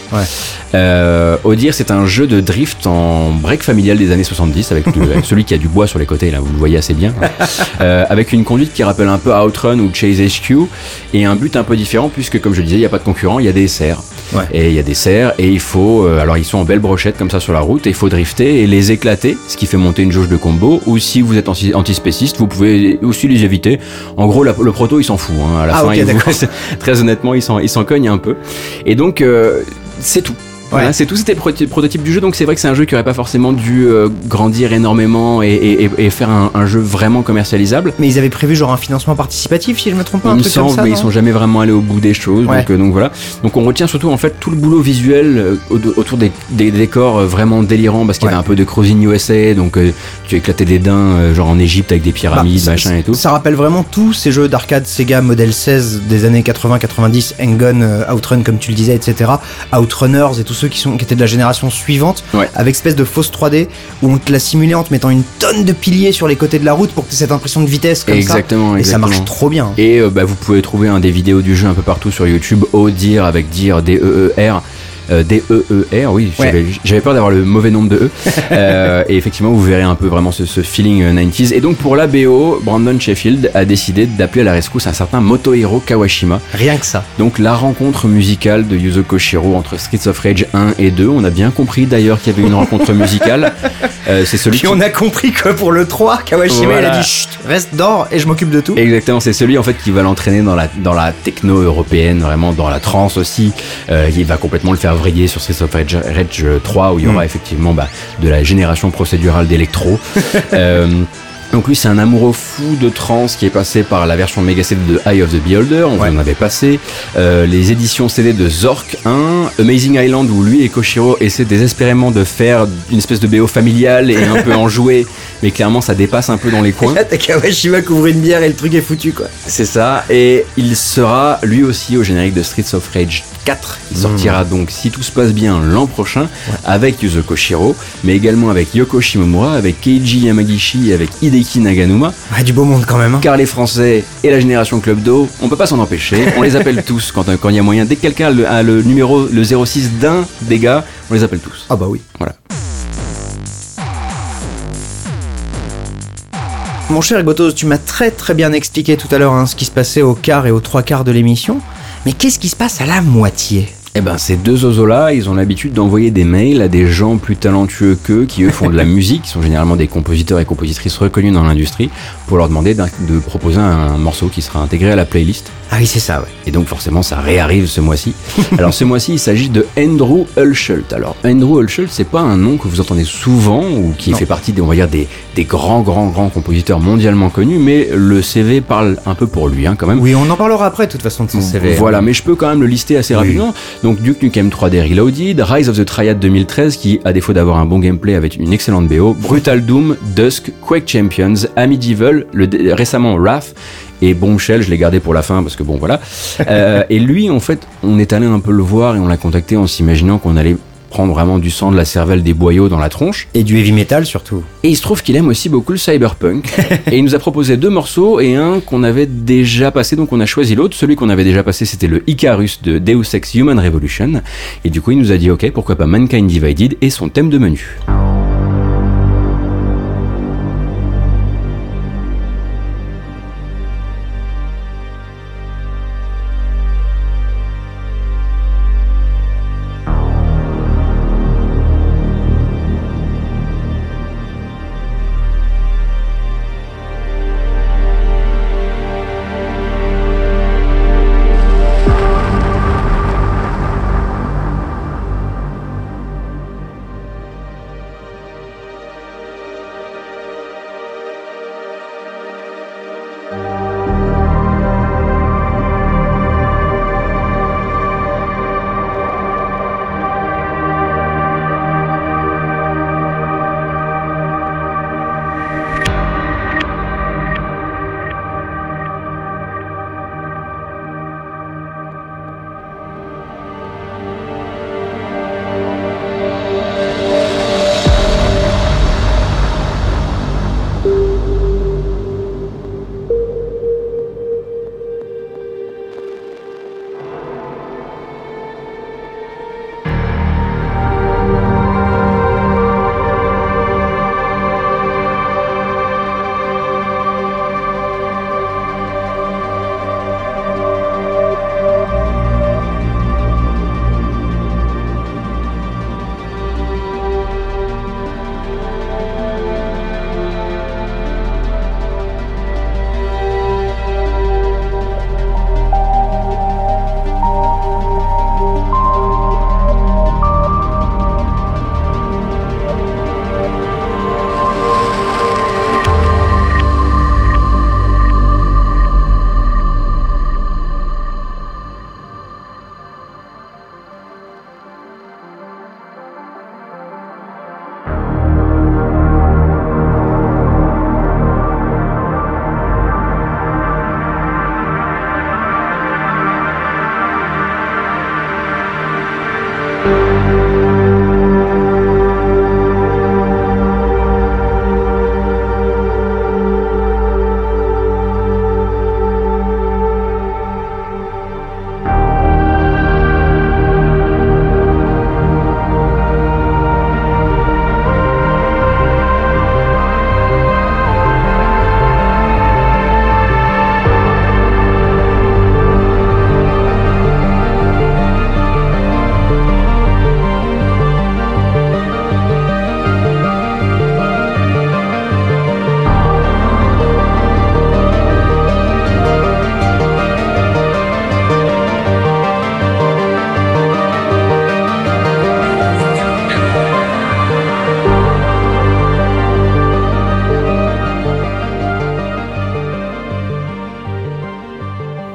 Speaker 2: Ouais.
Speaker 3: Oh Dear, c'est un jeu de drift en break familial des années 70, avec celui qui a du bois sur les côtés, là, vous le voyez assez bien. Avec une conduite qui rappelle un peu Outrun ou Chase HQ, et un but un peu différent, puisque, comme je le disais, il n'y a pas de concurrent, il y a des serres.
Speaker 2: Ouais.
Speaker 3: Et il y a des serres, et il faut... alors, ils sont en belle brochette, comme ça, sur la route, et il faut drifter et les éclater, ce qui fait monter une jauge de combo, ou si vous êtes antispéciste, vous pouvez aussi les éviter. En gros, le proto, il s'en fout. Hein. À la fin,
Speaker 2: okay,
Speaker 3: très honnêtement, il s'en cogne un peu. Et donc, c'est tout. Voilà, c'est tous ces prototypes du jeu, donc c'est vrai que c'est un jeu qui aurait pas forcément dû grandir énormément et faire un jeu vraiment commercialisable.
Speaker 2: Mais ils avaient prévu genre un financement participatif, si je me trompe pas, un
Speaker 3: Il me
Speaker 2: truc comme
Speaker 3: semble,
Speaker 2: ça,
Speaker 3: mais
Speaker 2: non
Speaker 3: ils sont jamais vraiment allés au bout des choses.
Speaker 2: Ouais.
Speaker 3: Donc voilà. Donc on retient surtout en fait tout le boulot visuel autour des décors vraiment délirants, parce qu'il y avait un peu de Cruising USA, donc tu éclatais des daims genre en Égypte avec des pyramides, machin et tout.
Speaker 2: Ça rappelle vraiment tous ces jeux d'arcade Sega Model 16 des années 80-90, Hang-On, Outrun comme tu le disais, etc. Outrunners et tous ceux qui étaient de la génération suivante, avec espèce de fausse 3D où on te l'a simulé en te mettant une tonne de piliers sur les côtés de la route pour que tu aies cette impression de vitesse comme ça. Et ça marche trop bien.
Speaker 3: Et vous pouvez trouver des vidéos du jeu un peu partout sur YouTube, Dire avec dire D-E-E-R. D-E-E-R, oui, j'avais peur d'avoir le mauvais nombre de E. Et effectivement, vous verrez un peu vraiment ce feeling 90s. Et donc, pour la BO, Brandon Sheffield a décidé d'appeler à la rescousse un certain Motohiro Kawashima.
Speaker 2: Rien que ça.
Speaker 3: Donc, la rencontre musicale de Yuzo Koshiro entre Streets of Rage 1 et 2. On a bien compris d'ailleurs qu'il y avait une rencontre musicale. C'est celui
Speaker 2: Puis on a compris que pour le 3, Kawashima il a dit chut, reste dehors et je m'occupe de tout.
Speaker 3: Exactement, c'est celui en fait qui va l'entraîner dans la techno européenne, vraiment dans la trance aussi. Il va complètement le faire vriller sur Streets of Rage 3 où il y aura effectivement de la génération procédurale d'électro. Donc lui c'est un amoureux fou de trance qui est passé par la version Mega CD de Eye of the Beholder, on en avait passé, les éditions CD de Zork 1, Amazing Island où lui et Koshiro essaient désespérément de faire une espèce de BO familiale et un peu enjouée, mais clairement ça dépasse un peu dans les coins.
Speaker 2: Là t'as Kawashima qui ouvre une bière et le truc est foutu quoi.
Speaker 3: C'est ça, et il sera lui aussi au générique de Streets of Rage 4, il sortira donc si tout se passe bien l'an prochain avec Yuzo Koshiro, mais également avec Yoko Shimomura, avec Keiji Yamagishi et avec Hideki Naganuma.
Speaker 2: Ouais, du beau monde quand même.
Speaker 3: Car les Français et la génération Club Do, on peut pas s'en empêcher, on les appelle tous quand il y a moyen. Dès que quelqu'un a le numéro, le 06 d'un des gars, on les appelle tous.
Speaker 2: Ah bah oui.
Speaker 3: Voilà.
Speaker 2: Mon cher Gotos, tu m'as très très bien expliqué tout à l'heure ce qui se passait au quart et aux trois quarts de l'émission. Mais qu'est-ce qui se passe à la moitié ?
Speaker 3: Eh ben, ces deux oiseaux-là, ils ont l'habitude d'envoyer des mails à des gens plus talentueux qu'eux, qui eux font de la musique, qui sont généralement des compositeurs et compositrices reconnus dans l'industrie, pour leur demander de proposer un morceau qui sera intégré à la playlist.
Speaker 2: Ah oui, c'est ça, ouais.
Speaker 3: Et donc forcément, ça réarrive ce mois-ci. Alors ce mois-ci, il s'agit de Andrew Hulshult. Alors Andrew Hulshult, c'est pas un nom que vous entendez souvent, ou qui fait partie des, on va dire, des grands compositeurs mondialement connus, mais le CV parle un peu pour lui, quand même.
Speaker 2: Oui, on en parlera après, de toute façon, de son CV.
Speaker 3: Voilà, mais je peux quand même le lister assez rapidement. Donc Duke Nukem 3D Reloaded, Rise of the Triad 2013, qui, à défaut d'avoir un bon gameplay, avait une excellente BO, Brutal Doom, Dusk, Quake Champions, Amidival, récemment Wrath, et Bombshell, je l'ai gardé pour la fin parce que bon voilà. Et lui, en fait, on est allé un peu le voir et on l'a contacté en s'imaginant qu'on allait prendre vraiment du sang, de la cervelle, des boyaux dans la tronche.
Speaker 2: Et du heavy metal surtout.
Speaker 3: Et il se trouve qu'il aime aussi beaucoup le cyberpunk. Et il nous a proposé 2 morceaux et un qu'on avait déjà passé, donc on a choisi l'autre. Celui qu'on avait déjà passé, c'était le Icarus de Deus Ex Human Revolution. Et du coup, il nous a dit ok, pourquoi pas Mankind Divided et son thème de menu.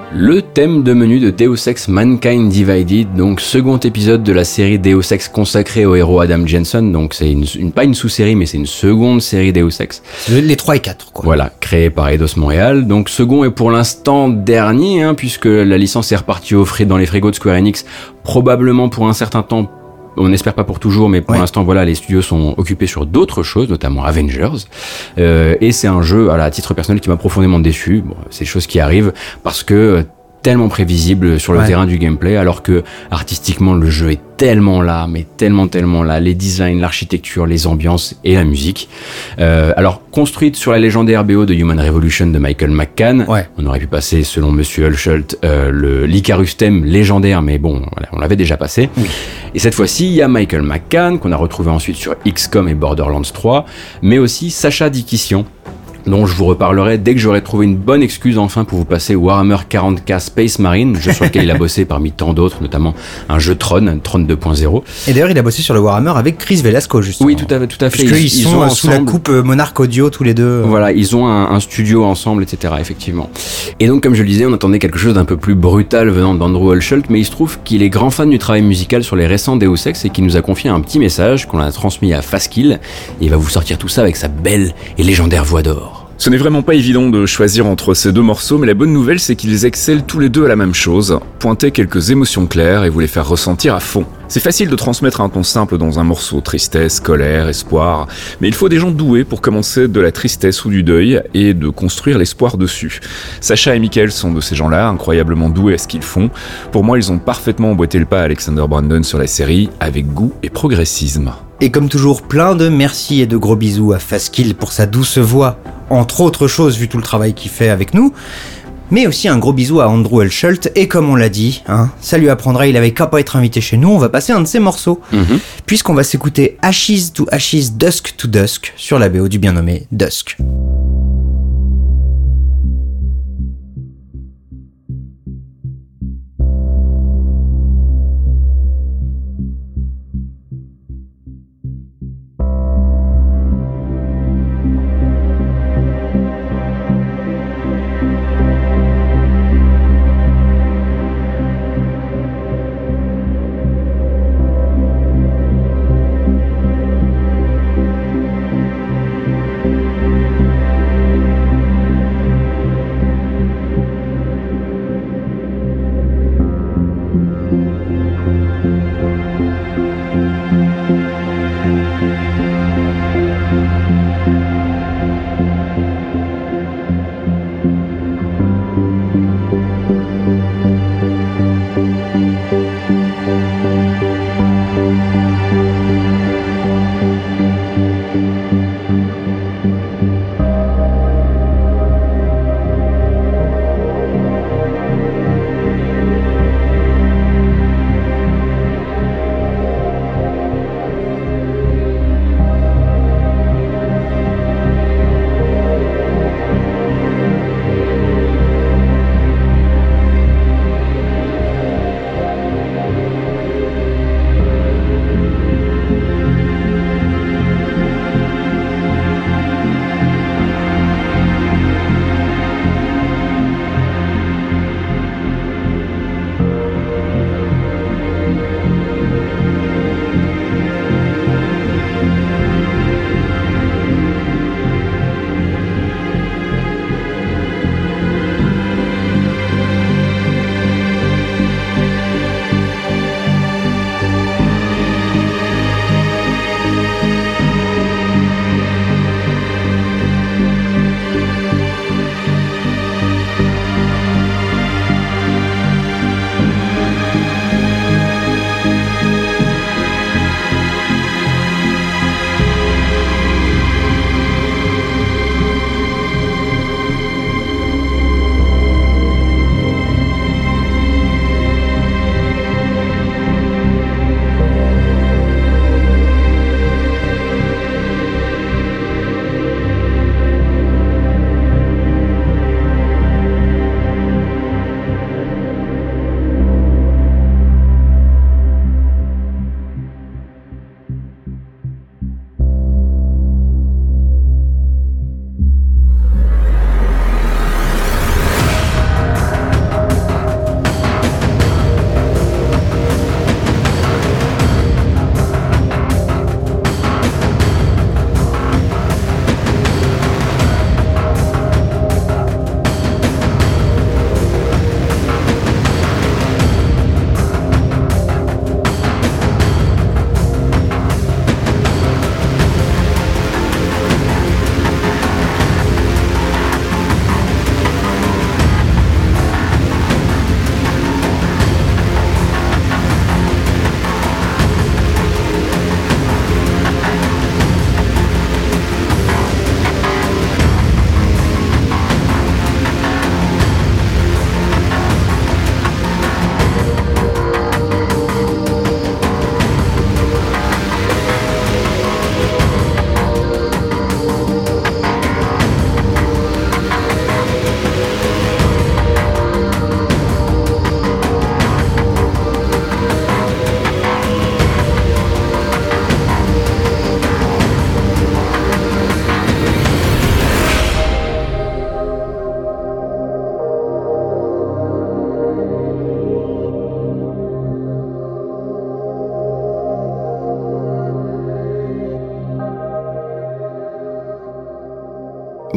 Speaker 3: Le thème de menu de Deus Ex Mankind Divided, donc second épisode de la série Deus Ex consacrée au héros Adam Jensen, donc c'est pas une sous-série mais c'est une seconde série Deus Ex.
Speaker 2: Les 3 et 4 quoi.
Speaker 3: Voilà, créé par Eidos Montréal, donc second est pour l'instant dernier, puisque la licence est repartie dans les frigos de Square Enix, probablement pour un certain temps. On n'espère pas pour toujours, mais pour l'instant, voilà, les studios sont occupés sur d'autres choses, notamment Avengers. Et c'est un jeu, à titre personnel, qui m'a profondément déçu. Bon, c'est des choses qui arrivent parce que tellement prévisible sur le terrain du gameplay, alors que artistiquement le jeu est tellement là, mais tellement là, les designs, l'architecture, les ambiances et la musique. Alors construite sur la légendaire BO de Human Revolution de Michael McCann, on aurait pu passer, selon Monsieur Hulshult, l'Icarus thème légendaire, mais bon, voilà, on l'avait déjà passé. Oui. Et cette fois-ci, il y a Michael McCann qu'on a retrouvé ensuite sur XCOM et Borderlands 3, mais aussi Sacha Dikisyan, dont je vous reparlerai dès que j'aurai trouvé une bonne excuse enfin pour vous passer Warhammer 40K Space Marine, jeu sur lequel il a bossé parmi tant d'autres, notamment un jeu Tron 2.0.
Speaker 2: Et d'ailleurs, il a bossé sur le Warhammer avec Chris Velasco, justement.
Speaker 3: Oui, tout à fait.
Speaker 2: Parce qu'ils sont ensemble, sous la coupe Monarch Audio, tous les deux.
Speaker 3: Voilà, ils ont un studio ensemble, etc., effectivement. Et donc, comme je le disais, on attendait quelque chose d'un peu plus brutal venant d'Andrew Hulshult, mais il se trouve qu'il est grand fan du travail musical sur les récents Deus Ex et qu'il nous a confié un petit message qu'on a transmis à Fastkill, et il va vous sortir tout ça avec sa belle et légendaire voix d'or.
Speaker 1: Ce n'est vraiment pas évident de choisir entre ces deux morceaux, mais la bonne nouvelle c'est qu'ils excellent tous les deux à la même chose, pointer quelques émotions claires et vous les faire ressentir à fond. C'est facile de transmettre un ton simple dans un morceau, tristesse, colère, espoir, mais il faut des gens doués pour commencer de la tristesse ou du deuil et de construire l'espoir dessus. Sacha et Michael sont de ces gens-là, incroyablement doués à ce qu'ils font. Pour moi, ils ont parfaitement emboîté le pas à Alexander Brandon sur la série, avec goût et progressisme.
Speaker 2: Et comme toujours, plein de merci et de gros bisous à Fastkill pour sa douce voix, entre autres choses vu tout le travail qu'il fait avec nous, mais aussi un gros bisou à Andrew Hulshult, et comme on l'a dit, ça lui apprendra, il avait qu'à pas être invité chez nous, on va passer un de ses morceaux, puisqu'on va s'écouter Ashes to Ashes, Dusk to Dusk, sur la BO du bien nommé Dusk.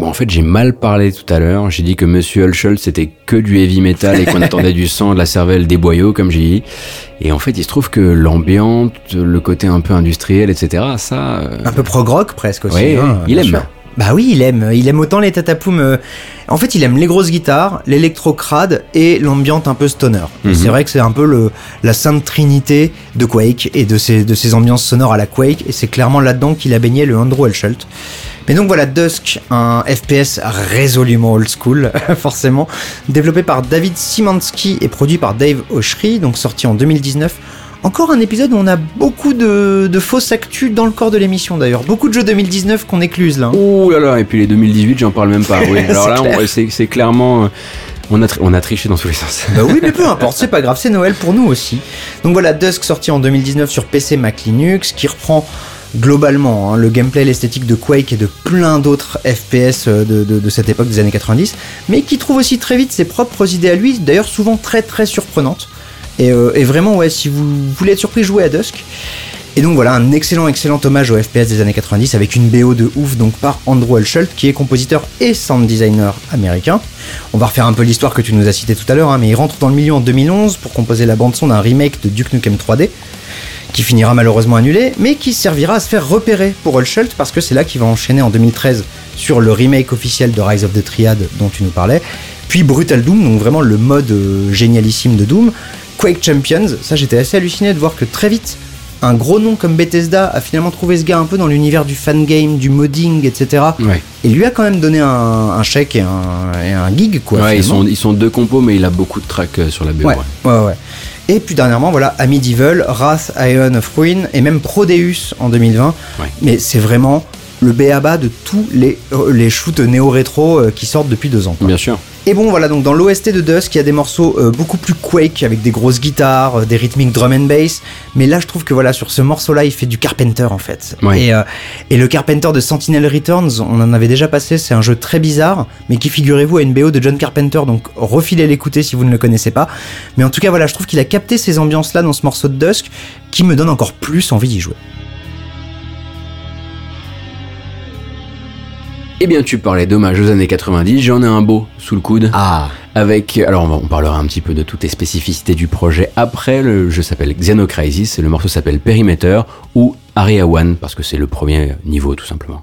Speaker 3: en fait, j'ai mal parlé tout à l'heure. J'ai dit que Monsieur Hulshult, c'était que du heavy metal et qu'on attendait du sang, de la cervelle, des boyaux, comme j'ai dit. Et en fait, il se trouve que l'ambiance, le côté un peu industriel, etc., ça...
Speaker 2: Un peu prog rock presque aussi.
Speaker 3: Oui,
Speaker 2: hein,
Speaker 3: il
Speaker 2: bien
Speaker 3: aime.
Speaker 2: sûr. Bah oui, il aime autant les tatapoum. En fait, il aime les grosses guitares, l'électro-crade et l'ambiance un peu stoner.
Speaker 3: Mhm.
Speaker 2: C'est vrai que c'est un peu la sainte trinité de Quake et de ses ambiances sonores à la Quake, et c'est clairement là-dedans qu'il a baigné le Andrew Hulshult. Mais donc voilà, Dusk, un FPS résolument old school, forcément, développé par David Simansky et produit par Dave Oshry, donc sorti en 2019. Encore un épisode où on a beaucoup de fausses actus dans le corps de l'émission d'ailleurs. Beaucoup de jeux 2019 qu'on écluse là.
Speaker 3: Ouh là là, et puis les 2018, j'en parle même pas. Oui. Alors là,
Speaker 2: clair.
Speaker 3: c'est clairement... On a triché dans tous les sens.
Speaker 2: Bah oui, mais peu importe, c'est pas grave, c'est Noël pour nous aussi. Donc voilà, Dusk sorti en 2019 sur PC, Mac, Linux, qui reprend globalement le gameplay, l'esthétique de Quake et de plein d'autres FPS de cette époque des années 90, mais qui trouve aussi très vite ses propres idées à lui, d'ailleurs souvent très très surprenantes. Et vraiment, ouais, si vous voulez être surpris, jouez à Dusk. Et donc voilà, un excellent hommage au FPS des années 90 avec une BO de ouf donc par Andrew Hulshult qui est compositeur et sound designer américain. On va refaire un peu l'histoire que tu nous as citée tout à l'heure, mais il rentre dans le milieu en 2011 pour composer la bande-son d'un remake de Duke Nukem 3D qui finira malheureusement annulé, mais qui servira à se faire repérer pour Hulshult parce que c'est là qu'il va enchaîner en 2013 sur le remake officiel de Rise of the Triad dont tu nous parlais, puis Brutal Doom, donc vraiment le mode génialissime de Doom, Quake Champions. Ça, j'étais assez halluciné de voir que très vite un gros nom comme Bethesda a finalement trouvé ce gars un peu dans l'univers du fangame, du modding, etc.
Speaker 3: Ouais.
Speaker 2: Et lui a quand même donné un chèque et un gig, quoi.
Speaker 3: Ouais,
Speaker 2: finalement.
Speaker 3: ils sont deux compos, mais il a beaucoup de tracks sur la BO.
Speaker 2: Ouais. Et puis dernièrement, voilà, Amidyville, Wrath, Ion of Ruin et même Prodeus en 2020.
Speaker 3: Ouais.
Speaker 2: Mais c'est vraiment le b.a.-ba de tous les shoots néo-rétro qui sortent depuis 2 ans, quoi.
Speaker 3: Bien sûr.
Speaker 2: Et bon voilà, donc dans l'OST de Dusk, il y a des morceaux beaucoup plus Quake avec des grosses guitares, des rythmiques drum and bass, mais là je trouve que voilà, sur ce morceau-là, il fait du Carpenter en fait.
Speaker 3: Ouais.
Speaker 2: Et le Carpenter de Sentinel Returns, on en avait déjà passé, c'est un jeu très bizarre, mais qui, figurez-vous, a une BO de John Carpenter, donc refilez l'écouter si vous ne le connaissez pas. Mais en tout cas voilà, je trouve qu'il a capté ces ambiances-là dans ce morceau de Dusk, qui me donne encore plus envie d'y jouer.
Speaker 3: Eh bien, tu parlais d'hommage aux années 90, j'en ai un beau sous le coude.
Speaker 2: Ah.
Speaker 3: Alors, on parlera un petit peu de toutes les spécificités du projet après. Le jeu s'appelle Xenocrisis et le morceau s'appelle Perimeter ou Area 1 parce que c'est le premier niveau tout simplement.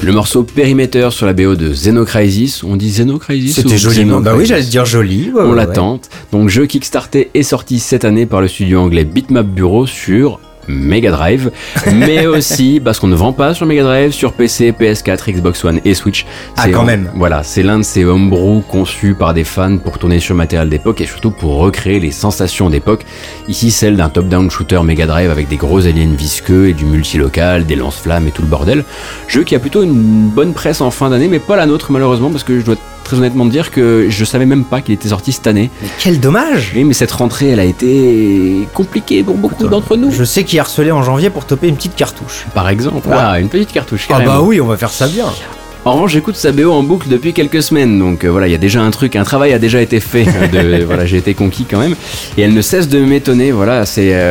Speaker 3: Le morceau Perimeter sur la BO de Xenocrisis, on dit Xenocrisis
Speaker 2: C'était
Speaker 3: ou
Speaker 2: joli, non? Bah oui,
Speaker 3: Xenocrisis
Speaker 2: j'allais dire joli. Ouais,
Speaker 3: On
Speaker 2: ouais,
Speaker 3: l'attend. Donc jeu kickstarté et sorti cette année par le studio anglais Bitmap Bureau sur Mega Drive, mais aussi parce qu'on ne vend pas sur Mega Drive, sur PC, PS4, Xbox One et Switch.
Speaker 2: Ah, quand même.
Speaker 3: Voilà, c'est l'un de ces homebrew conçus par des fans pour tourner sur matériel d'époque et surtout pour recréer les sensations d'époque. Ici, celle d'un top-down shooter Mega Drive avec des gros aliens visqueux et du multilocal, des lance-flammes et tout le bordel. Jeu qui a plutôt une bonne presse en fin d'année, mais pas la nôtre malheureusement, parce que je dois très honnêtement dire que je savais même pas qu'il était sorti cette année.
Speaker 2: Mais quel dommage!
Speaker 3: Oui, mais cette rentrée, elle a été compliquée pour beaucoup d'entre nous.
Speaker 2: Je sais qui a harcelé en janvier pour toper une petite cartouche.
Speaker 3: Par exemple, une petite cartouche.
Speaker 2: Ah
Speaker 3: Carrément.
Speaker 2: bah oui, on va faire ça bien.
Speaker 3: En revanche, j'écoute sa BO en boucle depuis quelques semaines, donc voilà, il y a déjà un travail a déjà été fait. Voilà, j'ai été conquis quand même, et elle ne cesse de m'étonner. Voilà,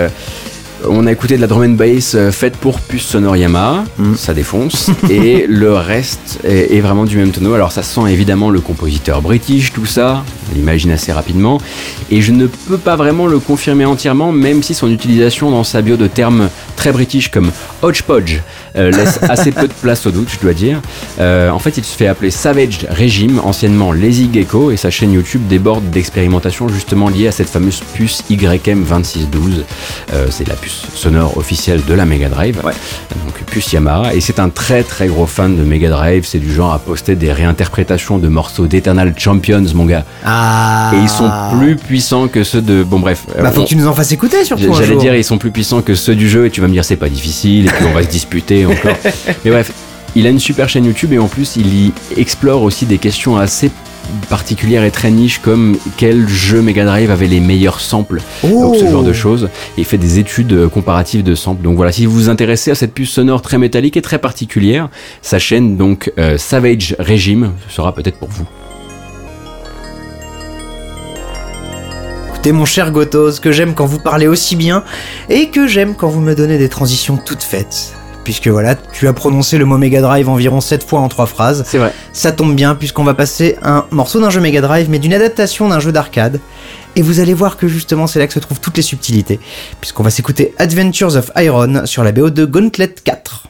Speaker 3: on a écouté de la drum and bass faite pour puce sonore Yamaha, ça défonce, et le reste est vraiment du même tonneau. Alors ça sent évidemment le compositeur british, tout ça, on l'imagine assez rapidement, et je ne peux pas vraiment le confirmer entièrement, même si son utilisation dans sa bio de termes très british comme hodgepodge laisse assez peu de place au doute, je dois dire. En fait, il se fait appeler Savage Regime, anciennement Lazy Gecko, et sa chaîne YouTube déborde d'expérimentations justement liées à cette fameuse puce YM2612. C'est la puce sonore officielle de la Mega Drive, donc puce Yamaha, et c'est un très très gros fan de Mega Drive. C'est du genre à poster des réinterprétations de morceaux d'Eternal Champions, mon gars.
Speaker 2: Ah.
Speaker 3: Et ils sont plus puissants que ceux de... Bon bref.
Speaker 2: Bah faut que tu nous en fasses écouter surtout.
Speaker 3: J'allais dire, ils sont plus puissants que ceux du jeu, et tu vas me dire c'est pas difficile, et puis on va se disputer encore. Mais bref, il a une super chaîne YouTube, et en plus il y explore aussi des questions assez particulières et très niches, comme quel jeu Mega Drive avait les meilleurs samples, donc ce genre de choses, et il fait des études comparatives de samples. Donc voilà, si vous vous intéressez à cette puce sonore très métallique et très particulière, sa chaîne donc Savage Regime sera peut-être pour vous.
Speaker 2: Écoutez mon cher Gotos, que j'aime quand vous parlez aussi bien, et que j'aime quand vous me donnez des transitions toutes faites. Puisque voilà, tu as prononcé le mot Mega Drive environ 7 fois en 3 phrases.
Speaker 3: C'est vrai.
Speaker 2: Ça tombe bien, puisqu'on va passer un morceau d'un jeu Mega Drive, mais d'une adaptation d'un jeu d'arcade. Et vous allez voir que justement c'est là que se trouvent toutes les subtilités, puisqu'on va s'écouter Adventures of Iron sur la BO de Gauntlet 4.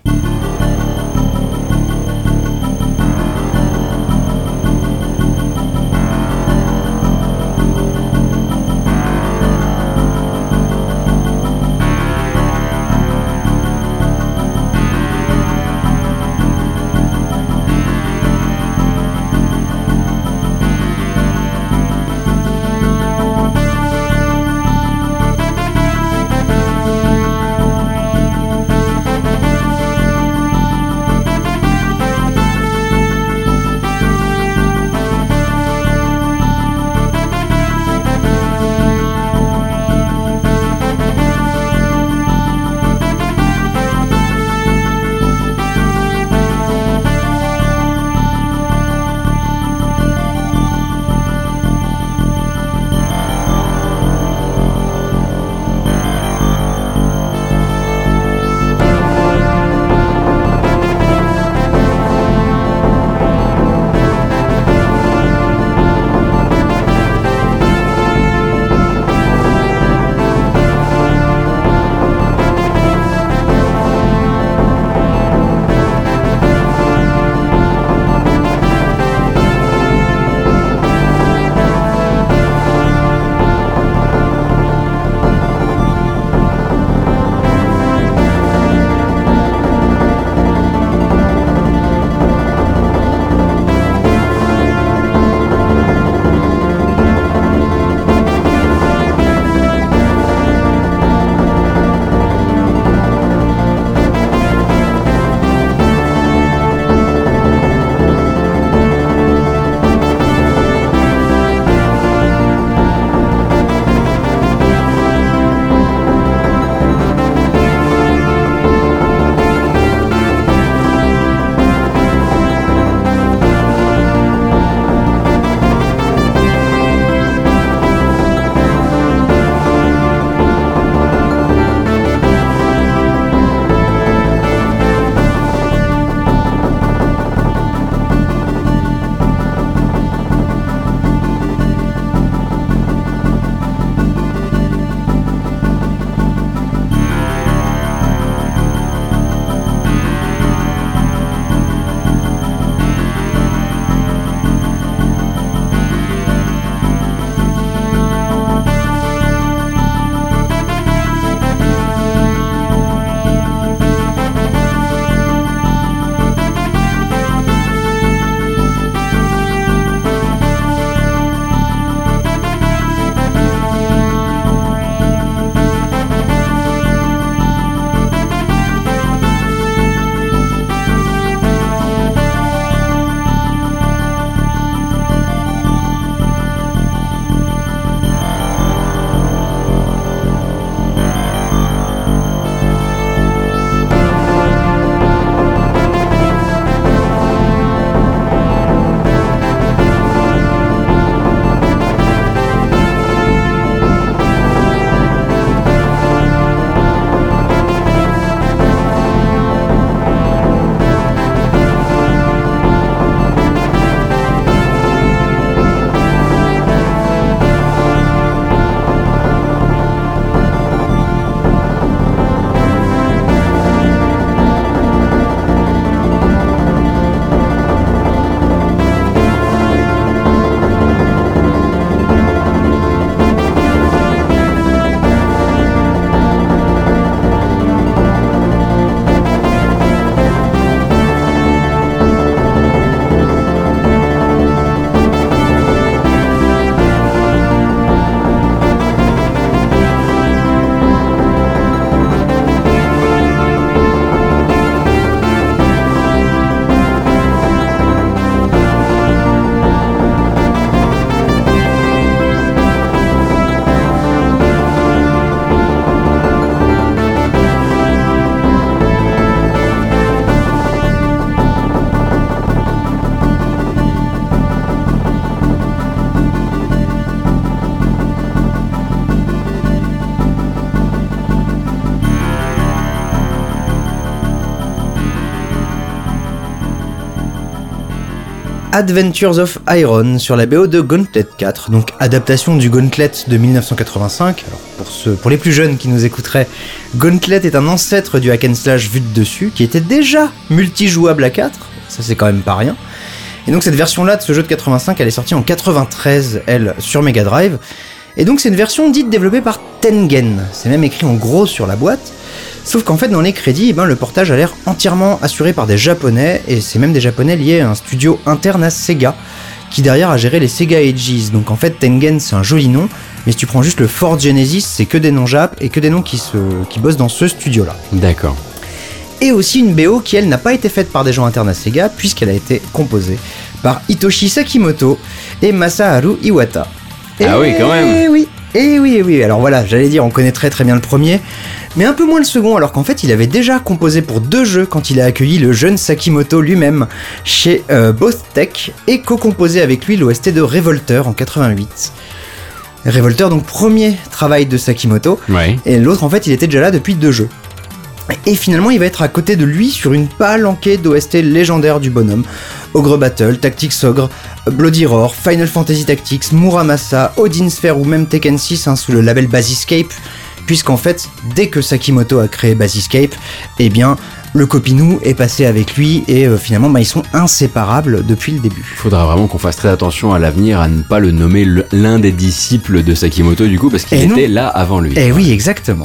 Speaker 2: Adventures of Iron sur la BO de Gauntlet 4, donc adaptation du Gauntlet de 1985. Alors pour les plus jeunes qui nous écouteraient, Gauntlet est un ancêtre du hack and slash vu de dessus, qui était déjà multijouable à 4, ça c'est quand même pas rien. Et donc cette version-là de ce jeu de 85, elle est sortie en 93, elle, sur Mega Drive. Et donc c'est une version dite développée par Tengen, c'est même écrit en gros sur la boîte. Sauf qu'en fait dans les crédits, le portage a l'air entièrement assuré par des japonais, et c'est même des japonais liés à un studio interne à Sega, qui derrière a géré les Sega Ages. Donc en fait Tengen c'est un joli nom, mais si tu prends juste le Ford Genesis, c'est que des noms jap et que des noms qui bossent dans ce studio là.
Speaker 3: D'accord.
Speaker 2: Et aussi une BO qui elle n'a pas été faite par des gens internes à Sega, puisqu'elle a été composée par Hitoshi Sakimoto et Masaharu Iwata.
Speaker 3: Ah oui, quand même.
Speaker 2: Oui. Alors voilà, j'allais dire, on connaît très très bien le premier, mais un peu moins le second, alors qu'en fait il avait déjà composé pour 2 jeux quand il a accueilli le jeune Sakimoto lui-même chez Both Tech, et co-composé avec lui l'OST de Revolter en 88. Revolter, donc premier travail de Sakimoto,
Speaker 3: Ouais.
Speaker 2: et l'autre en fait il était déjà là depuis 2 jeux. Et finalement il va être à côté de lui sur une palanquée d'OST légendaires du bonhomme. Ogre Battle, Tactics Ogre, Bloody Roar, Final Fantasy Tactics, Muramasa, Odin Sphere ou même Tekken 6 sous le label Basiscape, puisqu'en fait dès que Sakimoto a créé Basiscape, eh bien le copinou est passé avec lui et finalement ils sont inséparables depuis le début.
Speaker 3: Faudra vraiment qu'on fasse très attention à l'avenir à ne pas le nommer l'un des disciples de Sakimoto du coup parce qu'il était là avant lui.
Speaker 2: Eh oui, exactement.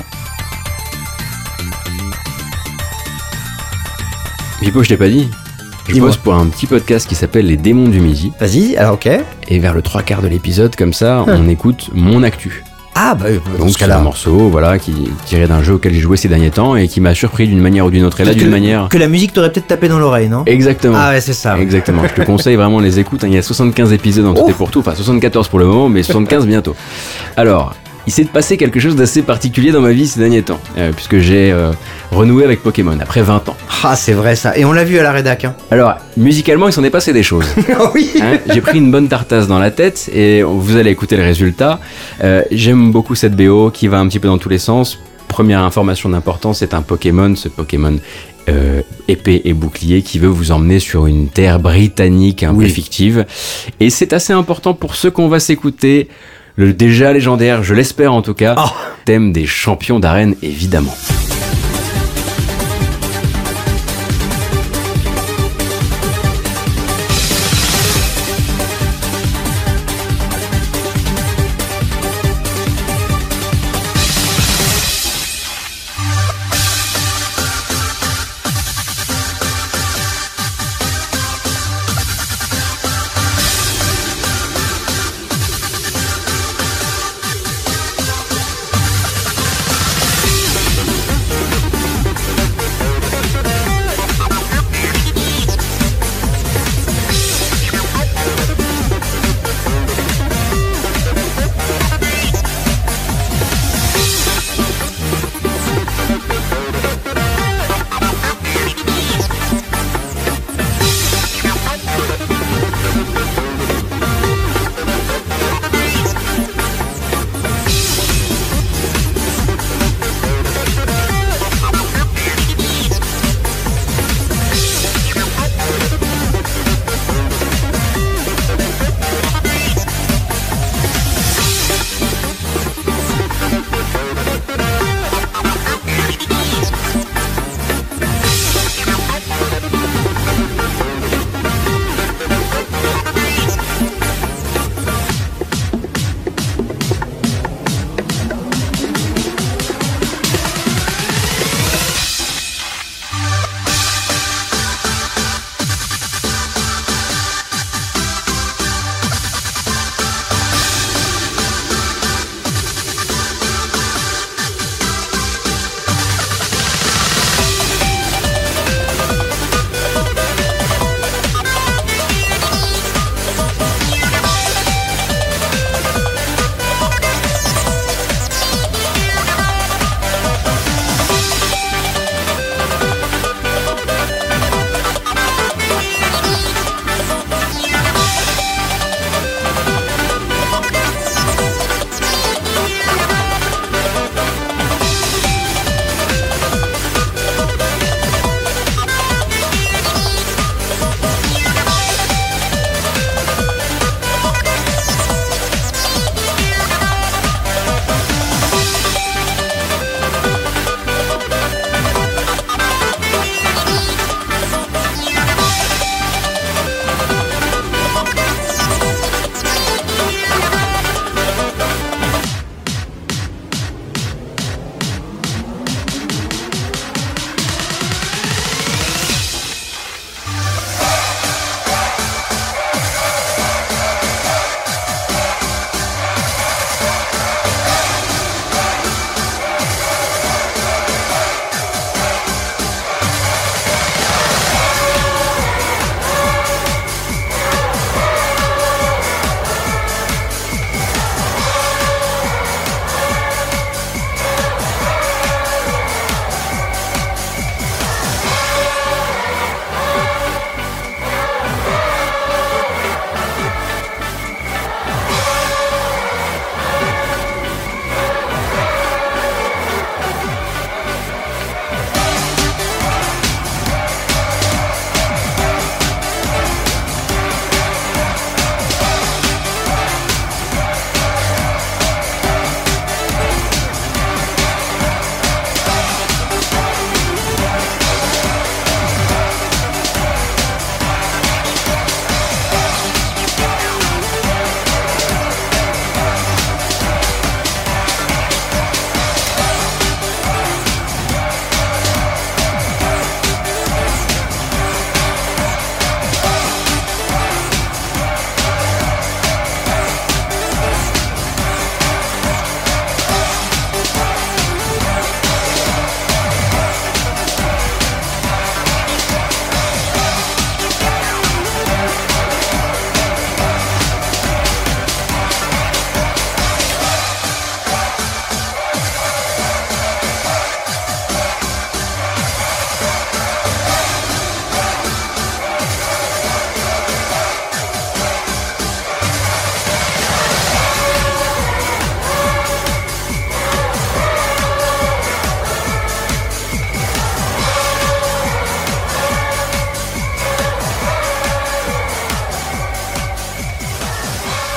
Speaker 3: Pipo, je t'ai pas dit. Je
Speaker 2: Dis-moi.
Speaker 3: bosse pour un petit podcast qui s'appelle Les Démons du Midi.
Speaker 2: Vas-y, alors ok.
Speaker 3: Et vers le 3/4 de l'épisode, comme ça, on écoute mon actu.
Speaker 2: Ah bah dans
Speaker 3: Donc
Speaker 2: ce
Speaker 3: c'est un
Speaker 2: cas-là.
Speaker 3: morceau voilà, qui tiré d'un jeu auquel j'ai joué ces derniers temps et qui m'a surpris d'une manière ou d'une autre. Et là, d'une manière...
Speaker 2: Que la musique t'aurait peut-être tapé dans l'oreille, non?
Speaker 3: Exactement.
Speaker 2: Ah ouais, c'est ça. Ouais.
Speaker 3: Exactement. Je te conseille vraiment les écoutes. Il y a 75 épisodes en tout et pour tout. Enfin, 74 pour le moment, mais 75 bientôt. Alors, il s'est passé quelque chose d'assez particulier dans ma vie ces derniers temps, puisque j'ai renoué avec Pokémon après 20 ans.
Speaker 2: Ah, c'est vrai ça. Et on l'a vu à la rédac. Hein.
Speaker 3: Alors, musicalement, il s'en est passé des choses.
Speaker 2: Ah oui.
Speaker 3: Hein, j'ai pris une bonne tartasse dans la tête et vous allez écouter le résultat. J'aime beaucoup cette BO qui va un petit peu dans tous les sens. Première information d'importance, c'est un Pokémon, ce Pokémon épée et bouclier qui veut vous emmener sur une terre britannique un peu fictive. Et c'est assez important pour ceux qu'on va s'écouter. Le déjà légendaire, je l'espère en tout cas, thème des champions d'arène évidemment.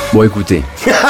Speaker 3: Bon, écoutez.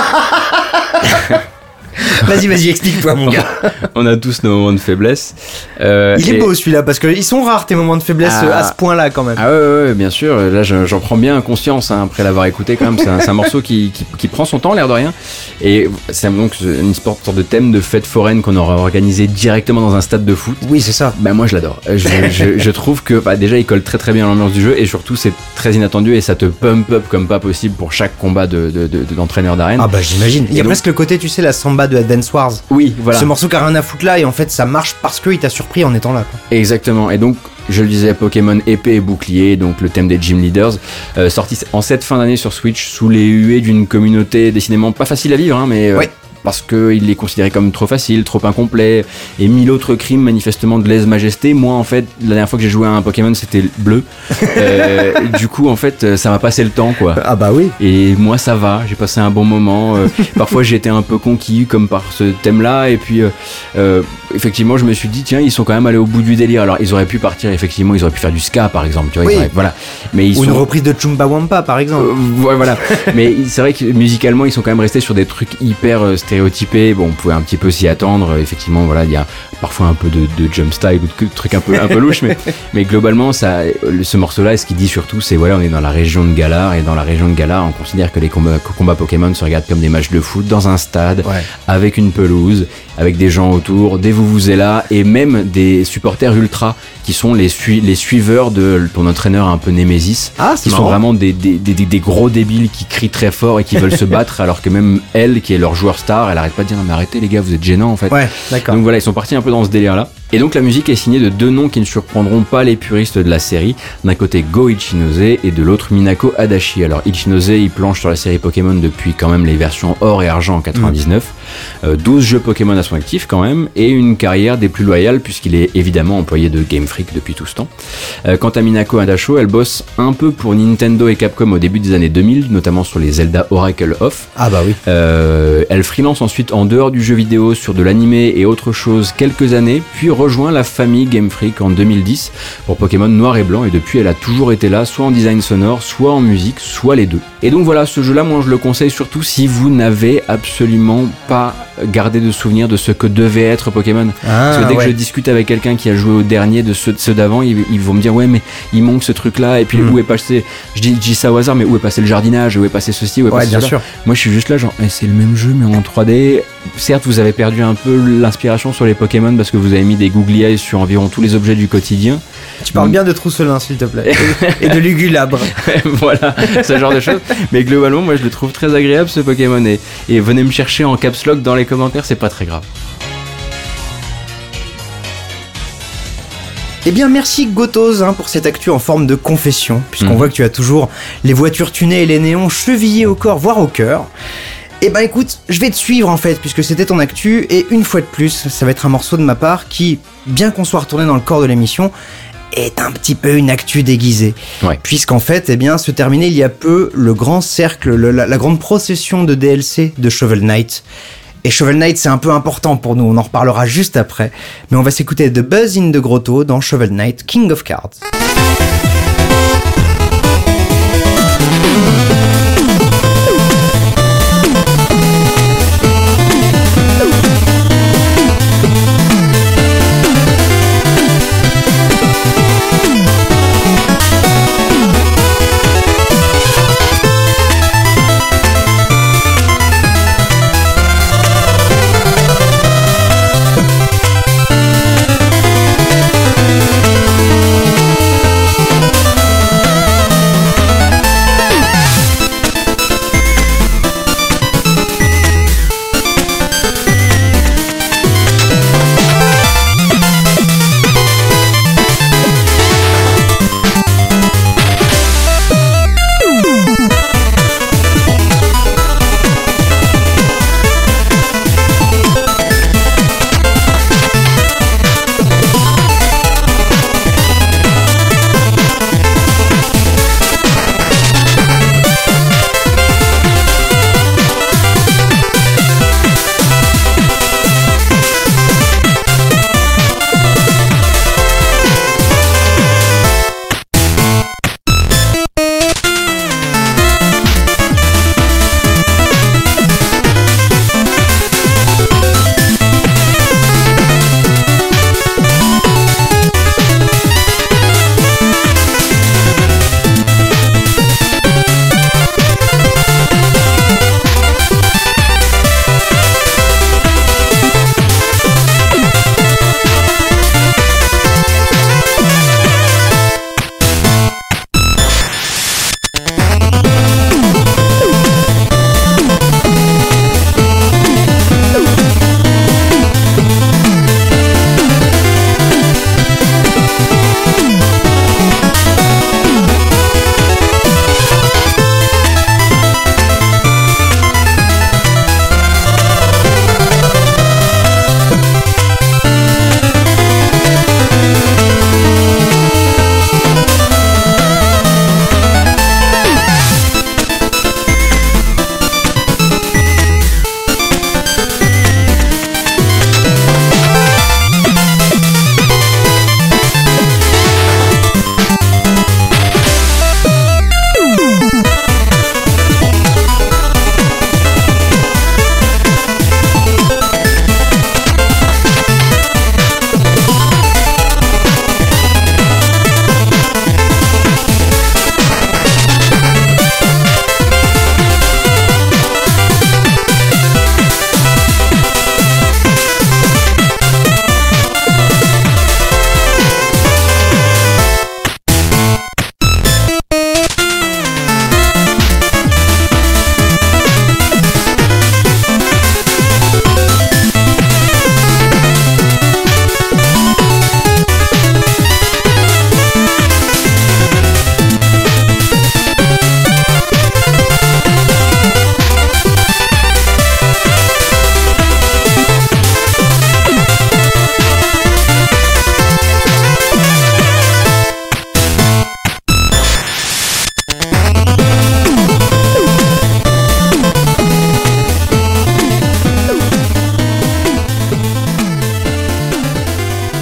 Speaker 2: Vas-y, explique-toi, mon gars.
Speaker 3: On a tous nos moments de faiblesse.
Speaker 2: Il est beau celui-là, parce qu'ils sont rares tes moments de faiblesse à ce point-là quand même.
Speaker 3: Ah ouais, bien sûr. Là, j'en prends bien conscience après l'avoir écouté quand même. C'est un morceau qui prend son temps, l'air de rien. Et c'est donc une sorte de thème de fête foraine qu'on aura organisé directement dans un stade de foot.
Speaker 2: Oui, c'est ça.
Speaker 3: Moi, je l'adore. Je trouve que déjà, il colle très très bien à l'ambiance du jeu et surtout, c'est très inattendu et ça te pump up comme pas possible pour chaque combat d'entraîneur d'arène.
Speaker 2: Ah bah j'imagine. Il y a presque le côté, tu sais, la samba de Advance Wars.
Speaker 3: Oui, voilà.
Speaker 2: Ce morceau qui a rien à foutre là et en fait ça marche parce qu'il t'a surpris en étant là, quoi.
Speaker 3: Exactement. Et donc, je le disais, Pokémon épée et bouclier, donc le thème des Gym Leaders, sorti en cette fin d'année sur Switch sous les huées d'une communauté décidément pas facile à vivre, hein, mais
Speaker 2: ouais.
Speaker 3: Parce qu'il est considéré comme trop facile, trop incomplet, et 1000 autres crimes manifestement de lèse-majesté. Moi, en fait, la dernière fois que j'ai joué à un Pokémon, c'était bleu. Du coup, en fait, ça m'a passé le temps, quoi.
Speaker 2: Ah bah oui.
Speaker 3: Et moi, ça va, j'ai passé un bon moment. Parfois, j'ai été un peu conquis, comme par ce thème-là, et puis, effectivement, je me suis dit, tiens, ils sont quand même allés au bout du délire. Alors, ils auraient pu partir, effectivement, ils auraient pu faire du ska, par exemple, tu vois.
Speaker 2: Oui.
Speaker 3: Voilà. Mais
Speaker 2: Ou une reprise de Chumbawampa, par exemple.
Speaker 3: Ouais, voilà. Mais c'est vrai que musicalement, ils sont quand même restés sur des trucs hyper stéréotypés. Bon, on pouvait un petit peu s'y attendre. Effectivement, voilà, il y a parfois un peu de jump style ou de trucs un peu louches, mais globalement, ce morceau-là, ce qu'il dit surtout, c'est voilà, on est dans la région de Galar, et dans la région de Galar, on considère que les combats Pokémon se regardent comme des matchs de foot dans un stade, ouais, avec une pelouse, avec des gens autour, des vuvuzelas et même des supporters ultra qui sont les suiveurs de ton entraîneur un peu Némésis, qui sont vraiment des gros débiles qui crient très fort et qui veulent se battre, alors que même elle, qui est leur joueur star, elle arrête pas de dire non mais arrêtez les gars, vous êtes gênants en fait.
Speaker 2: Ouais, d'accord.
Speaker 3: Donc voilà, ils sont partis un peu dans ce délire là. Et donc la musique est signée de deux noms qui ne surprendront pas les puristes de la série. D'un côté Go Ichinose et de l'autre Minako Adachi. Alors Ichinose, il planche sur la série Pokémon depuis quand même les versions or et argent en 99. 12 jeux Pokémon à son actif quand même, et une carrière des plus loyales puisqu'il est évidemment employé de Game Freak depuis tout ce temps. Quant à Minako Adachi, elle bosse un peu pour Nintendo et Capcom au début des années 2000, notamment sur les Zelda Oracle of.
Speaker 2: Ah bah oui.
Speaker 3: Elle freelance ensuite en dehors du jeu vidéo sur de l'animé et autre chose quelques années, puis rejoint la famille Game Freak en 2010 pour Pokémon Noir et Blanc, et depuis elle a toujours été là, soit en design sonore, soit en musique, soit les deux. Et donc voilà, ce jeu-là, moi je le conseille surtout si vous n'avez absolument pas gardé de souvenir de ce que devait être Pokémon. Parce que dès que je discute avec quelqu'un qui a joué au dernier de ceux d'avant, ils vont me dire ouais mais il manque ce truc-là, et puis où est passé, je dis ça au hasard, mais où est passé le jardinage, où est passé ceci, où est passé
Speaker 2: bien
Speaker 3: cela.
Speaker 2: Sûr.
Speaker 3: Moi je suis juste là genre c'est le même jeu mais en 3D. Certes vous avez perdu un peu l'inspiration sur les Pokémon parce que vous avez mis des googly eyes sur environ tous les objets du quotidien.
Speaker 2: Tu parles bien de Trousselin s'il te plaît et de Lugulabre.
Speaker 3: Voilà, ce genre de choses. Mais globalement moi je le trouve très agréable ce Pokémon, et venez me chercher en caps lock dans les commentaires, c'est pas très grave.
Speaker 2: Eh bien merci Gotos pour cette actu en forme de confession, puisqu'on voit que tu as toujours les voitures tunées et les néons chevillés au corps, voire au cœur. Eh ben écoute, je vais te suivre en fait, puisque c'était ton actu, et une fois de plus, ça va être un morceau de ma part qui, bien qu'on soit retourné dans le corps de l'émission, est un petit peu une actu déguisée. Ouais. Puisqu'en fait, eh bien, se terminait il y a peu le grand cercle, la grande procession de DLC de Shovel Knight. Et Shovel Knight, c'est un peu important pour nous, on en reparlera juste après. Mais on va s'écouter The Buzz in the Grotto dans Shovel Knight King of Cards.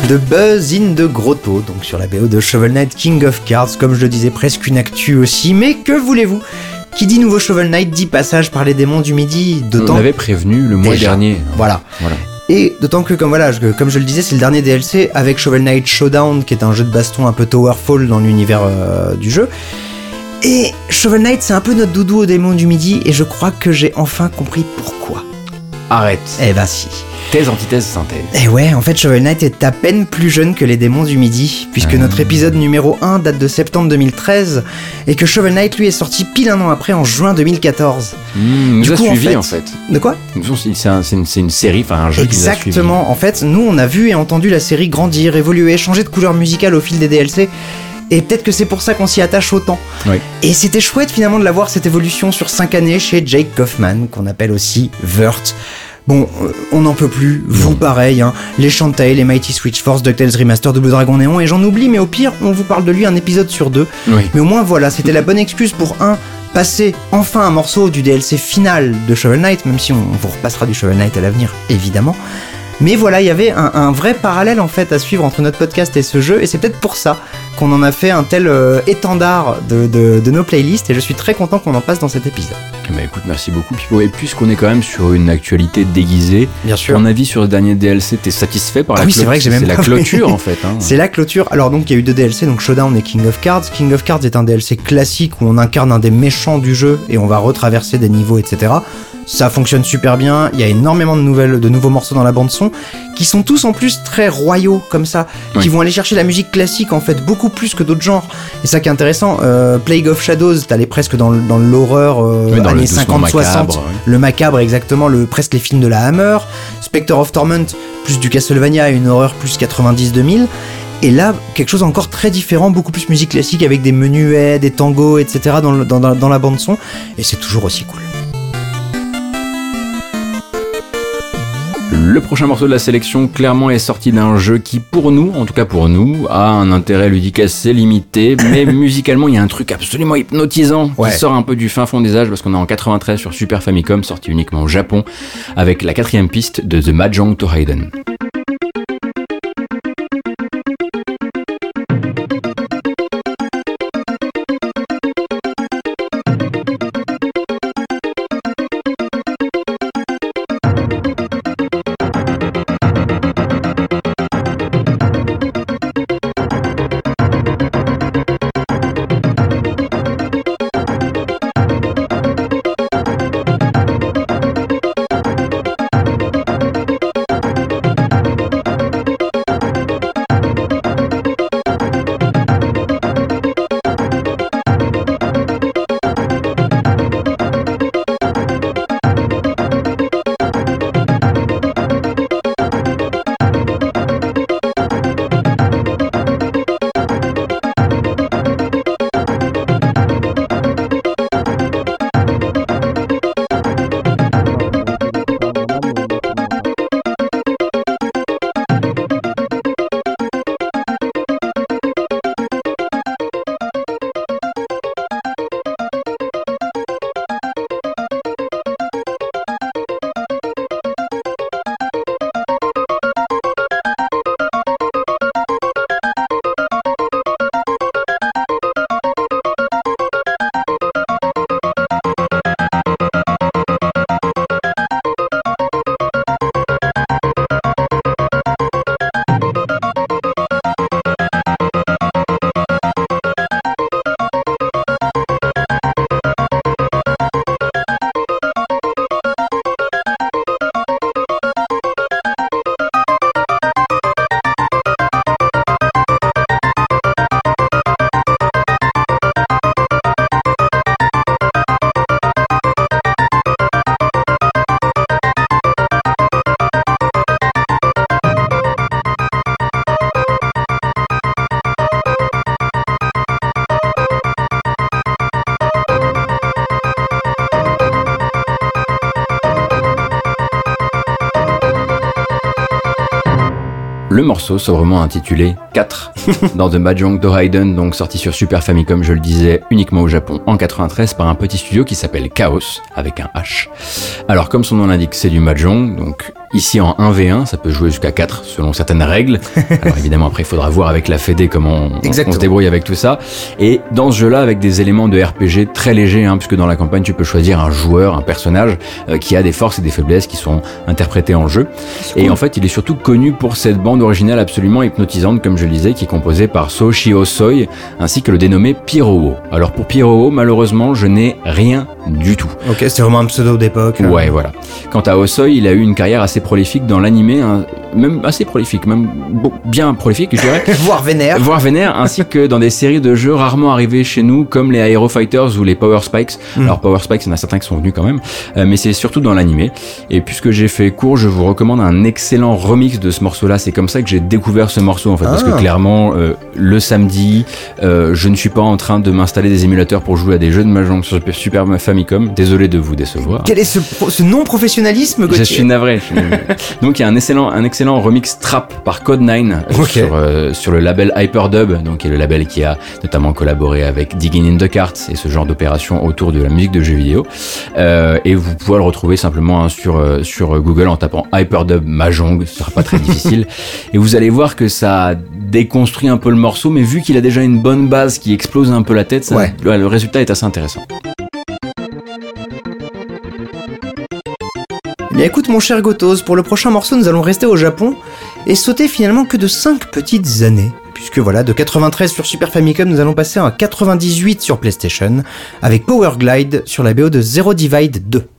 Speaker 2: de Buzz in the Grotto, donc sur la BO de Shovel Knight King of Cards, comme je le disais, presque une actu aussi, mais que voulez-vous ? Qui dit nouveau Shovel Knight dit passage par les démons du midi, d'autant...
Speaker 3: On avait prévenu le mois dernier.
Speaker 2: Voilà. Et d'autant que, comme je le disais, c'est le dernier DLC avec Shovel Knight Showdown, qui est un jeu de baston un peu Towerfall dans l'univers du jeu. Et Shovel Knight, c'est un peu notre doudou aux démons du midi, et je crois que j'ai enfin compris pourquoi.
Speaker 3: Arrête.
Speaker 2: Eh ben si.
Speaker 3: Thèse, antithèse, synthèse.
Speaker 2: Et ouais, en fait, Shovel Knight est à peine plus jeune que les démons du midi, puisque notre épisode numéro 1 date de septembre 2013, et que Shovel Knight, lui, est sorti pile un an après, en juin 2014.
Speaker 3: Nous a suivi, en fait.
Speaker 2: De quoi ?
Speaker 3: C'est une série, enfin un jeu qui nous a suivi.
Speaker 2: Exactement. En fait, nous, on a vu et entendu la série grandir, évoluer, changer de couleur musicale au fil des DLC, et peut-être que c'est pour ça qu'on s'y attache autant.
Speaker 3: Oui.
Speaker 2: Et c'était chouette, finalement, de la voir, cette évolution sur 5 années chez Jake Kaufman, qu'on appelle aussi Vert. Bon, on n'en peut plus, vous pareil, hein. Les Shantae, les Mighty Switch Force, DuckTales Remaster, Double Dragon Néon, et j'en oublie, mais au pire, on vous parle de lui un épisode sur 2.
Speaker 3: Oui.
Speaker 2: Mais au moins voilà, c'était la bonne excuse pour passer enfin un morceau du DLC final de Shovel Knight, même si on vous repassera du Shovel Knight à l'avenir, évidemment. Mais voilà, il y avait un vrai parallèle en fait à suivre entre notre podcast et ce jeu, et c'est peut-être pour ça qu'on en a fait un tel étendard de nos playlists, et je suis très content qu'on en passe dans cet épisode.
Speaker 3: Bah écoute, merci beaucoup Pipo, et puisqu'on est quand même sur une actualité déguisée,
Speaker 2: bien sûr.
Speaker 3: Ton avis sur le dernier DLC, t'es satisfait par la clôture?
Speaker 2: Oui, c'est vrai que j'ai même
Speaker 3: la clôture en fait. Hein.
Speaker 2: C'est la clôture. Alors donc il y a eu 2 DLC, donc Showdown et King of Cards. King of Cards est un DLC classique où on incarne un des méchants du jeu et on va retraverser des niveaux, etc. Ça fonctionne super bien, il y a énormément de nouveaux morceaux dans la bande son, qui sont tous en plus très royaux comme ça, qui vont aller chercher la musique classique en fait, beaucoup plus que d'autres genres. Et ça qui est intéressant, Plague of Shadows, t'allais presque dans l'horreur années 50-60, le macabre exactement, presque les films de la Hammer. Spectre of Torment, plus du Castlevania, une horreur plus 90-2000. Et là, quelque chose encore très différent, beaucoup plus musique classique avec des menuets, des tangos, etc. dans la bande son, et c'est toujours aussi cool.
Speaker 3: Le prochain morceau de la sélection, clairement, est sorti d'un jeu qui, pour nous, en tout cas pour nous, a un intérêt ludique assez limité, mais musicalement, il y a un truc absolument hypnotisant qui sort un peu du fin fond des âges, parce qu'on est en 93 sur Super Famicom, sorti uniquement au Japon, avec la 4e piste de The Mahjong to Raiden. Le morceau sobrement intitulé 4 dans The Mahjong to Raiden, donc sorti sur Super Famicom, je le disais, uniquement au Japon en 93 par un petit studio qui s'appelle Chaos avec un H. Alors comme son nom l'indique, c'est du Mahjong, donc ici en 1v1, ça peut jouer jusqu'à 4 selon certaines règles. Alors évidemment après il faudra voir avec la Fédé comment on se débrouille avec tout ça. Et dans ce jeu-là avec des éléments de RPG très légers, puisque dans la campagne tu peux choisir un joueur, un personnage qui a des forces et des faiblesses qui sont interprétées en jeu. Et en fait il est surtout connu pour cette bande originale absolument hypnotisante, comme je le disais, qui est composée par So Shiosoi ainsi que le dénommé Pyro. Alors pour Pyro, malheureusement je n'ai rien du tout.
Speaker 2: Ok, c'était vraiment un pseudo d'époque.
Speaker 3: Ouais, voilà. Quant à Osoi, il a eu une carrière assez prolifique dans l'animé, même assez prolifique, même bien prolifique, je dirais.
Speaker 2: Voire vénère,
Speaker 3: ainsi que dans des séries de jeux rarement arrivées chez nous, comme les Aero Fighters ou les Power Spikes. Alors Power Spikes, il y en a certains qui sont venus quand même, mais c'est surtout dans l'animé. Et puisque j'ai fait court, je vous recommande un excellent remix de ce morceau-là. C'est comme ça que j'ai découvert ce morceau, en fait, parce que clairement, le samedi, je ne suis pas en train de m'installer des émulateurs pour jouer à des jeux de Mahjong sur Super Famicom. Désolé de vous décevoir.
Speaker 2: Quel est ce non-professionnalisme, Gauthier ?
Speaker 3: Je suis navré. Donc il y a un excellent remix trap par Code9 sur le label Hyperdub, donc qui est le label qui a notamment collaboré avec Digging in the Carts et ce genre d'opération autour de la musique de jeux vidéo. Et vous pouvez le retrouver simplement sur Google en tapant Hyperdub Mahjong, ce sera pas très difficile. Et vous allez voir que ça déconstruit un peu le morceau, mais vu qu'il a déjà une bonne base qui explose un peu la tête, le résultat est assez intéressant.
Speaker 2: Mais écoute mon cher Gotos, pour le prochain morceau nous allons rester au Japon et sauter finalement que de 5 petites années. Puisque voilà, de 93 sur Super Famicom, nous allons passer à 98 sur PlayStation, avec Power Glide sur la BO de Zero Divide 2.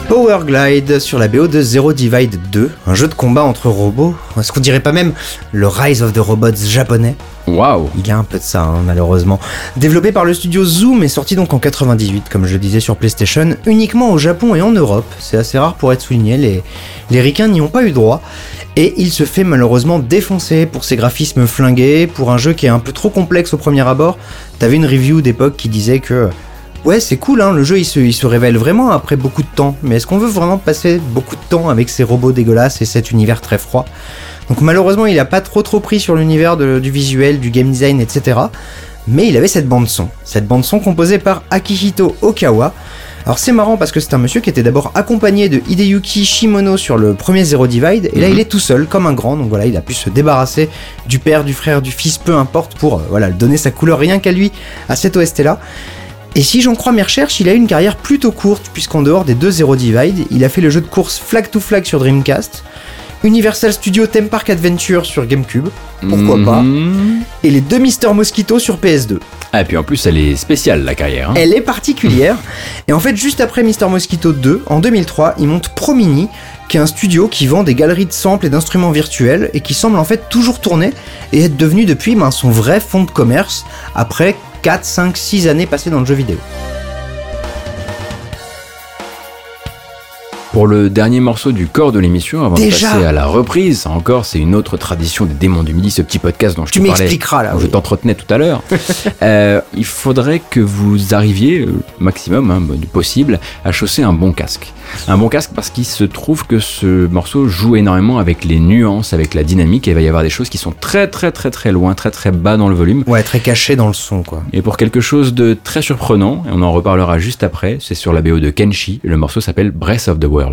Speaker 2: Power Glide sur la BO de Zero Divide 2, un jeu de combat entre robots. Est-ce qu'on dirait pas même le Rise of the Robots japonais ?
Speaker 3: Waouh.
Speaker 2: Il y a un peu de ça, malheureusement. Développé par le studio Zoom et sorti donc en 98, comme je le disais sur PlayStation, uniquement au Japon et en Europe. C'est assez rare pour être souligné, les ricains n'y ont pas eu droit. Et il se fait malheureusement défoncer pour ses graphismes flingués, pour un jeu qui est un peu trop complexe au premier abord. T'avais une review d'époque qui disait que ouais, c'est cool, le jeu il se révèle vraiment après beaucoup de temps, mais est-ce qu'on veut vraiment passer beaucoup de temps avec ces robots dégueulasses et cet univers très froid ? Donc malheureusement il a pas trop pris sur l'univers du visuel, du game design, etc. Mais il avait cette bande son composée par Akihito Okawa. Alors c'est marrant parce que c'est un monsieur qui était d'abord accompagné de Hideyuki Shimono sur le premier Zero Divide, et là il est tout seul comme un grand, donc voilà, il a pu se débarrasser du père, du frère, du fils, peu importe, pour donner sa couleur rien qu'à lui à cette OST là. Et si j'en crois mes recherches, il a eu une carrière plutôt courte, puisqu'en dehors des deux Zero Divide, il a fait le jeu de course Flag to Flag sur Dreamcast, Universal Studio Theme Park Adventure sur GameCube, pourquoi pas, et les deux Mister Mosquito sur PS2.
Speaker 3: Ah, et puis en plus, elle est spéciale, la carrière.
Speaker 2: Elle est particulière, et en fait, juste après Mister Mosquito 2, en 2003, il monte Promini, qui est un studio qui vend des galeries de samples et d'instruments virtuels, et qui semble en fait toujours tourner, et être devenu depuis son vrai fonds de commerce, après 4, 5, 6 années passées dans le jeu vidéo.
Speaker 3: Pour le dernier morceau du corps de l'émission, avant
Speaker 2: Déjà
Speaker 3: de passer à la reprise, encore, c'est une autre tradition des Démons du Midi, ce petit podcast dont je te parlais,
Speaker 2: m'expliqueras là.
Speaker 3: dont je t'entretenais tout à l'heure. Il faudrait que vous arriviez, maximum du possible, à chausser un bon casque. Un bon casque parce qu'il se trouve que ce morceau joue énormément avec les nuances, avec la dynamique, et il va y avoir des choses qui sont très loin, très bas dans le volume.
Speaker 2: Ouais, très caché dans le son, quoi.
Speaker 3: Et pour quelque chose de très surprenant, et on en reparlera juste après, c'est sur la BO de Kenshi, le morceau s'appelle Breath of the World.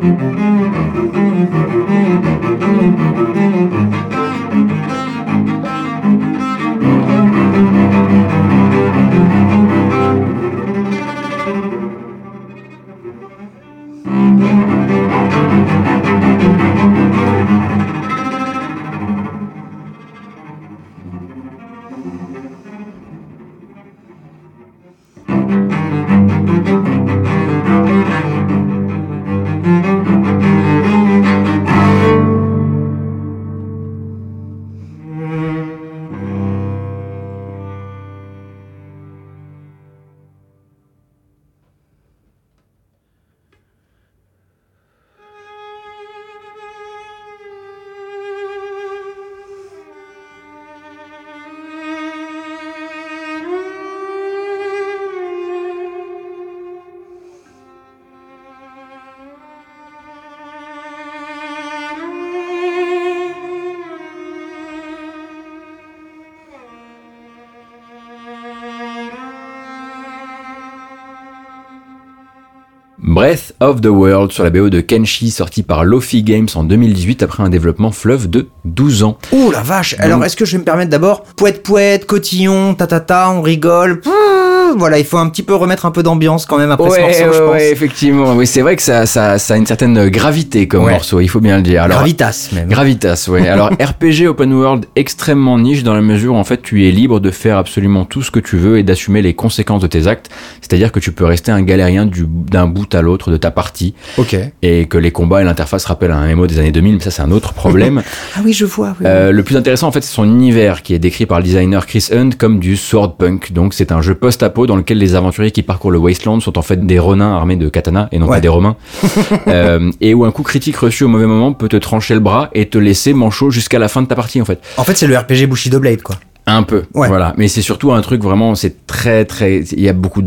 Speaker 3: Breath of the World sur la BO de Kenshi, sorti par Lofi Games en 2018 après un développement fleuve de 12 ans.
Speaker 2: Ouh la vache. Alors est-ce que je vais me permettre d'abord poète, cotillon, on rigole. Voilà, il faut un petit peu remettre un peu d'ambiance quand même après ce morceau, je pense.
Speaker 3: Ouais, effectivement. Oui, c'est vrai que ça a une certaine gravité comme morceau, il faut bien le dire. Alors,
Speaker 2: Gravitas même.
Speaker 3: Gravitas, ouais. Alors RPG open world extrêmement niche dans la mesure où en fait tu es libre de faire absolument tout ce que tu veux et d'assumer les conséquences de tes actes. C'est-à-dire que tu peux rester un galérien d'un bout à l'autre de ta partie.
Speaker 2: Ok.
Speaker 3: Et que les combats et l'interface rappellent un MMO des années 2000, mais ça c'est un autre problème.
Speaker 2: Ah oui, je vois. Oui.
Speaker 3: Le plus intéressant en fait c'est son univers qui est décrit par le designer Chris Hunt comme du swordpunk. Donc c'est un jeu post-apo dans lequel les aventuriers qui parcourent le Wasteland sont en fait des renins armés de katana et non pas des romains. Et où un coup critique reçu au mauvais moment peut te trancher le bras et te laisser manchot jusqu'à la fin de ta partie en fait.
Speaker 2: En fait c'est le RPG Bushido Blade quoi.
Speaker 3: Un peu, voilà. Mais c'est surtout un truc vraiment, c'est très, il y a beaucoup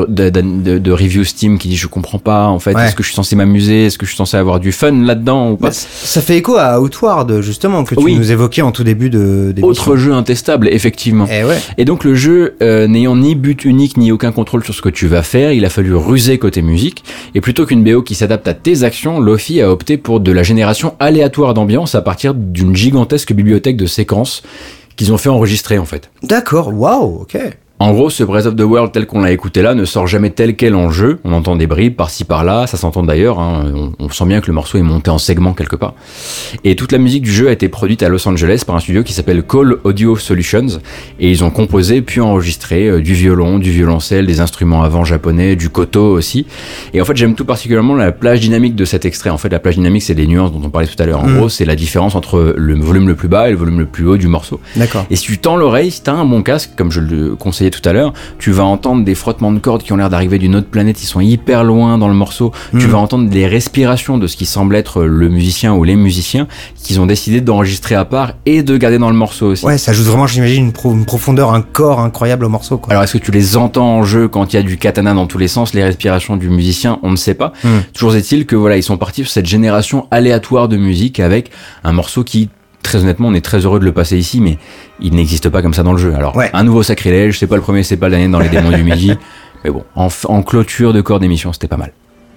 Speaker 3: de reviews Steam qui disent je comprends pas, en fait, est-ce que je suis censé m'amuser, est-ce que je suis censé avoir du fun là-dedans ou pas?
Speaker 2: Ça fait écho à Outward, justement, que tu nous évoquais en tout début d'émission.
Speaker 3: Autre jeu intestable, effectivement. Et donc le jeu, n'ayant ni but unique, ni aucun contrôle sur ce que tu vas faire, il a fallu ruser côté musique, et plutôt qu'une BO qui s'adapte à tes actions, Lofi a opté pour de la génération aléatoire d'ambiance à partir d'une gigantesque bibliothèque de séquences qu'ils ont fait enregistrer en fait.
Speaker 2: D'accord, waouh, ok.
Speaker 3: En gros, ce Breath of the World tel qu'on l'a écouté là ne sort jamais tel quel en jeu. On entend des bribes par-ci par-là, ça s'entend d'ailleurs, hein. On sent bien que le morceau est monté en segment quelque part. Et toute la musique du jeu a été produite à Los Angeles par un studio qui s'appelle Call Audio Solutions. Et ils ont composé puis enregistré du violon, du violoncelle, des instruments avant japonais, du koto aussi. Et en fait, j'aime tout particulièrement la plage dynamique de cet extrait. En fait, la plage dynamique, c'est les nuances dont on parlait tout à l'heure. En gros, c'est la différence entre le volume le plus bas et le volume le plus haut du morceau.
Speaker 2: D'accord.
Speaker 3: Et si tu tends l'oreille, si t'as un bon casque, comme je le conseillais tout à l'heure, tu vas entendre des frottements de cordes qui ont l'air d'arriver d'une autre planète, ils sont hyper loin dans le morceau. Tu vas entendre des respirations de ce qui semble être le musicien ou les musiciens qu'ils ont décidé d'enregistrer à part et de garder dans le morceau aussi.
Speaker 2: Ouais, ça ajoute vraiment, j'imagine, une profondeur, un corps incroyable au morceau, quoi.
Speaker 3: Alors est-ce que tu les entends en jeu quand il y a du katana dans tous les sens, les respirations du musicien, on ne sait pas. Toujours est-il que voilà, ils sont partis sur cette génération aléatoire de musique avec un morceau qui, très honnêtement, on est très heureux de le passer ici, mais il n'existe pas comme ça dans le jeu. Alors, un nouveau sacrilège, c'est pas le premier, c'est pas le dernier dans les démons du midi, mais bon, en clôture de corps d'émission, c'était pas mal.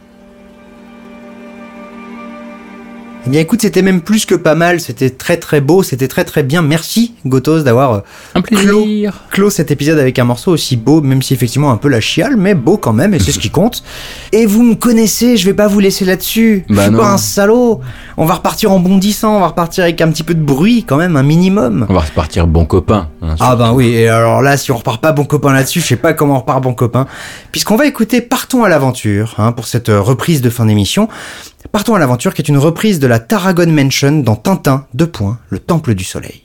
Speaker 2: Eh bien écoute, c'était même plus que pas mal, c'était très très beau, c'était très très bien. Merci Gotos d'avoir clos cet épisode avec un morceau aussi beau, même si effectivement un peu la chiale, mais beau quand même, et c'est ce qui compte. Et vous me connaissez, je vais pas vous laisser là-dessus, je suis pas un salaud. On va repartir en bondissant, on va repartir avec un petit peu de bruit quand même, un minimum.
Speaker 3: On va repartir bon copain.
Speaker 2: Hein, ah ben oui, et alors là, si on repart pas bon copain là-dessus, je sais pas comment on repart bon copain, puisqu'on va écouter Partons à l'aventure, hein, pour cette reprise de fin d'émission. Partons à l'aventure qui est une reprise de la Tarragon Mansion dans Tintin, le Temple du Soleil.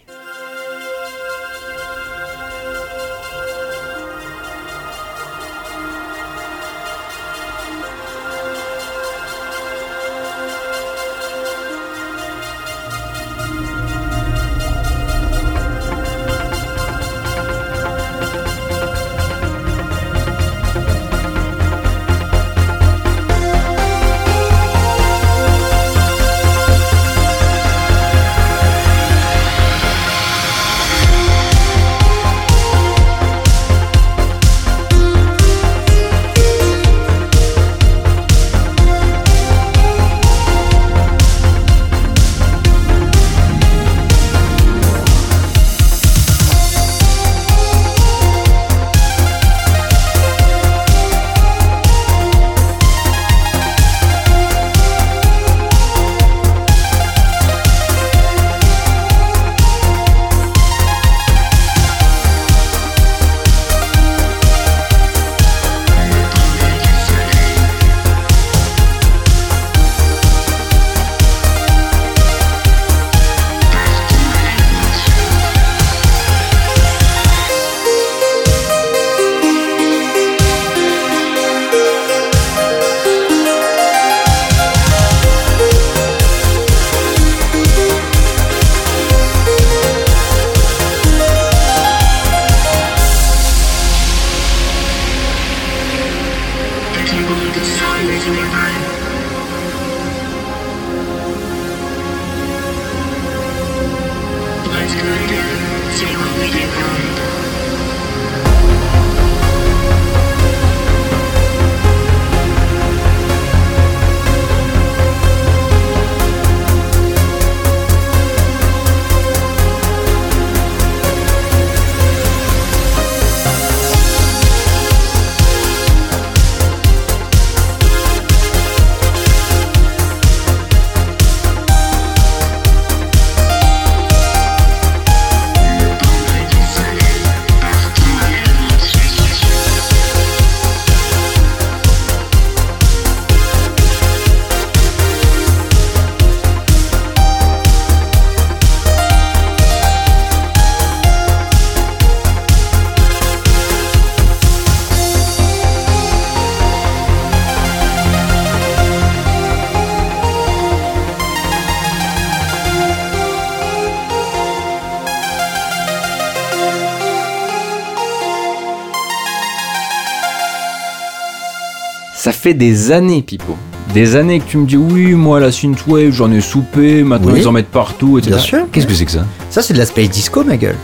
Speaker 3: Ça fait des années, Pipo. Des années que tu me dis, oui, moi, la synthwave, j'en ai soupé, maintenant
Speaker 2: Oui.
Speaker 3: ils en mettent partout, etc.
Speaker 2: Bien sûr.
Speaker 3: Qu'est-ce que c'est que ça?
Speaker 2: Ça, c'est de la space disco, ma gueule.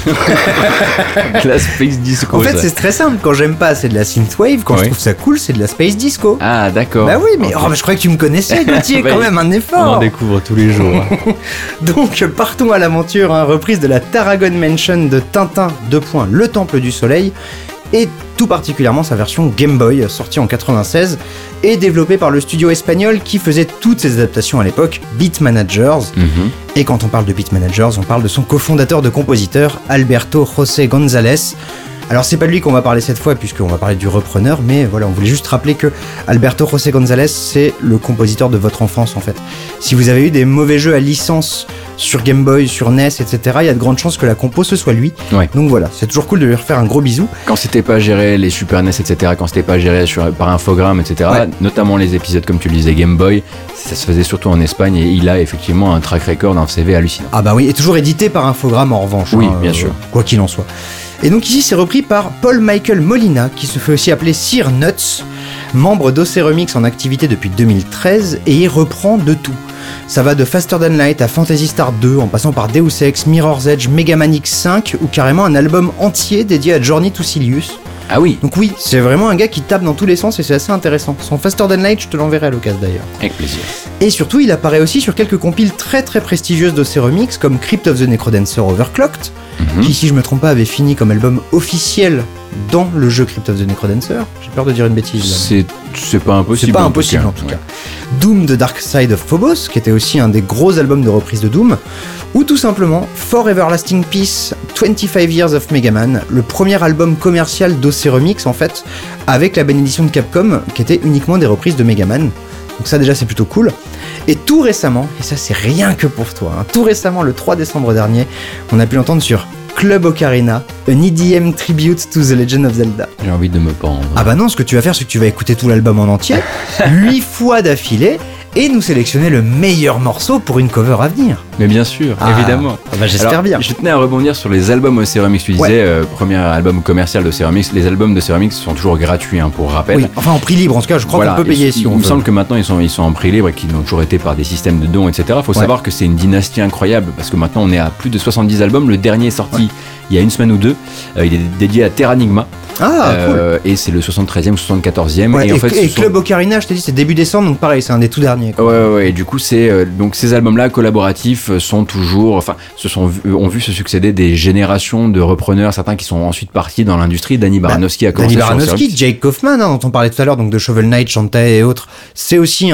Speaker 3: La space disco.
Speaker 2: En fait,
Speaker 3: ça.
Speaker 2: c'est très simple. Quand j'aime pas, c'est de la synthwave. Quand je
Speaker 3: Oui.
Speaker 2: trouve ça cool, c'est de la space disco.
Speaker 3: Ah, d'accord.
Speaker 2: Bah oui, mais,
Speaker 3: Ok.
Speaker 2: oh, mais je croyais que tu me connaissais, Gauthier,
Speaker 3: Bah,
Speaker 2: quand même un
Speaker 3: On en
Speaker 2: effort.
Speaker 3: découvre tous les jours.
Speaker 2: Donc, partons à l'aventure, hein, reprise de la Tarragon Mansion de Tintin, Le Temple du Soleil, et tout particulièrement sa version Game Boy, sortie en 96, et développée par le studio espagnol qui faisait toutes ses adaptations à l'époque, Beat Managers.
Speaker 3: Mhm.
Speaker 2: Et quand on parle de Beat Managers, on parle de son cofondateur de compositeur, Alberto José González. Alors c'est pas de lui qu'on va parler cette fois puisqu'on va parler du repreneur, mais voilà, on voulait juste rappeler que Alberto José González, c'est le compositeur de votre enfance en fait. Si vous avez eu des mauvais jeux à licence sur Game Boy, sur NES, etc., il y a de grandes chances que la compo ce soit lui.
Speaker 3: Ouais.
Speaker 2: Donc voilà, c'est toujours cool de lui refaire un gros bisou.
Speaker 3: Quand c'était pas géré les Super NES, etc., quand c'était pas géré par Infogrames, etc.,
Speaker 2: Ouais.
Speaker 3: notamment les épisodes, comme tu le disais, Game Boy, ça se faisait surtout en Espagne et il a effectivement un track record, un CV hallucinant.
Speaker 2: Ah bah oui, et toujours édité par Infogrames en revanche.
Speaker 3: Oui, bien sûr.
Speaker 2: Quoi qu'il en soit. Et donc ici c'est repris par Paul Michael Molina, qui se fait aussi appeler Sir Nuts, membre d'OC Remix en activité depuis 2013, et il reprend de tout. Ça va de Faster Than Light à Phantasy Star 2, en passant par Deus Ex, Mirror's Edge, Mega Man X5, ou carrément un album entier dédié à Journey to Silius.
Speaker 3: Ah oui,
Speaker 2: Donc oui, c'est vraiment un gars qui tape dans tous les sens et c'est assez intéressant. Son Faster Than Light, je te l'enverrai à l'occasion d'ailleurs.
Speaker 3: avec plaisir.
Speaker 2: Et surtout, il apparaît aussi sur quelques compiles très très prestigieuses d'OC Remix, comme Crypt of the Necrodancer Overclocked, qui, si je me trompe pas, avait fini comme album officiel dans le jeu Crypt of the Necrodancer. J'ai peur de dire une bêtise là.
Speaker 3: C'est pas impossible.
Speaker 2: C'est pas impossible en tout cas.
Speaker 3: Ouais.
Speaker 2: Doom The Dark Side of Phobos, qui était aussi un des gros albums de reprise de Doom, ou tout simplement For Everlasting Peace 25 Years of Mega Man, le premier album commercial d'OC Remix en fait, avec la bénédiction de Capcom, qui était uniquement des reprises de Mega Man. Donc ça déjà c'est plutôt cool. Et tout récemment, et ça c'est rien que pour toi, hein, tout récemment le 3 décembre dernier, on a pu l'entendre sur Club Ocarina, un EDM tribute to The Legend of Zelda.
Speaker 3: J'ai envie de me pendre.
Speaker 2: Ah bah non, ce que tu vas faire, c'est que tu vas écouter tout l'album en entier, 8 fois d'affilée, et nous sélectionner le meilleur morceau pour une cover à venir.
Speaker 3: Mais bien sûr,
Speaker 2: Ah,
Speaker 3: évidemment.
Speaker 2: bah j'espère
Speaker 3: Alors,
Speaker 2: bien.
Speaker 3: Je tenais à rebondir sur les albums OC Remix. Tu disais, premier album commercial de OC Remix. Les albums de OC Remix sont toujours gratuits, hein, pour rappel.
Speaker 2: Oui, enfin en prix libre, en tout cas, je crois
Speaker 3: Voilà,
Speaker 2: qu'on peut payer si
Speaker 3: il
Speaker 2: on
Speaker 3: me
Speaker 2: veut.
Speaker 3: semble que maintenant ils sont en prix libre et qu'ils ont toujours été par des systèmes de dons, etc. Faut savoir que c'est une dynastie incroyable parce que maintenant on est à plus de 70 albums. Le dernier est sorti il y a une semaine ou deux. Il est dédié à Terranigma.
Speaker 2: Ah, cool.
Speaker 3: Et c'est le 73e ou 74e.
Speaker 2: Ouais,
Speaker 3: et en fait,
Speaker 2: et
Speaker 3: ce sont-
Speaker 2: Club Ocarina, je t'ai dit, c'est début décembre, donc pareil, c'est un des tout derniers. quoi.
Speaker 3: Ouais, et du coup, c'est donc ces albums-là collaboratifs sont toujours, enfin, ont vu se succéder des générations de repreneurs, certains qui sont ensuite partis dans l'industrie. Danny Baranowski a commencé
Speaker 2: Danny
Speaker 3: sur
Speaker 2: Baranowski,
Speaker 3: Service.
Speaker 2: Jake Kaufman, hein, dont on parlait tout à l'heure, donc de Shovel Knight, Shantae et autres, c'est aussi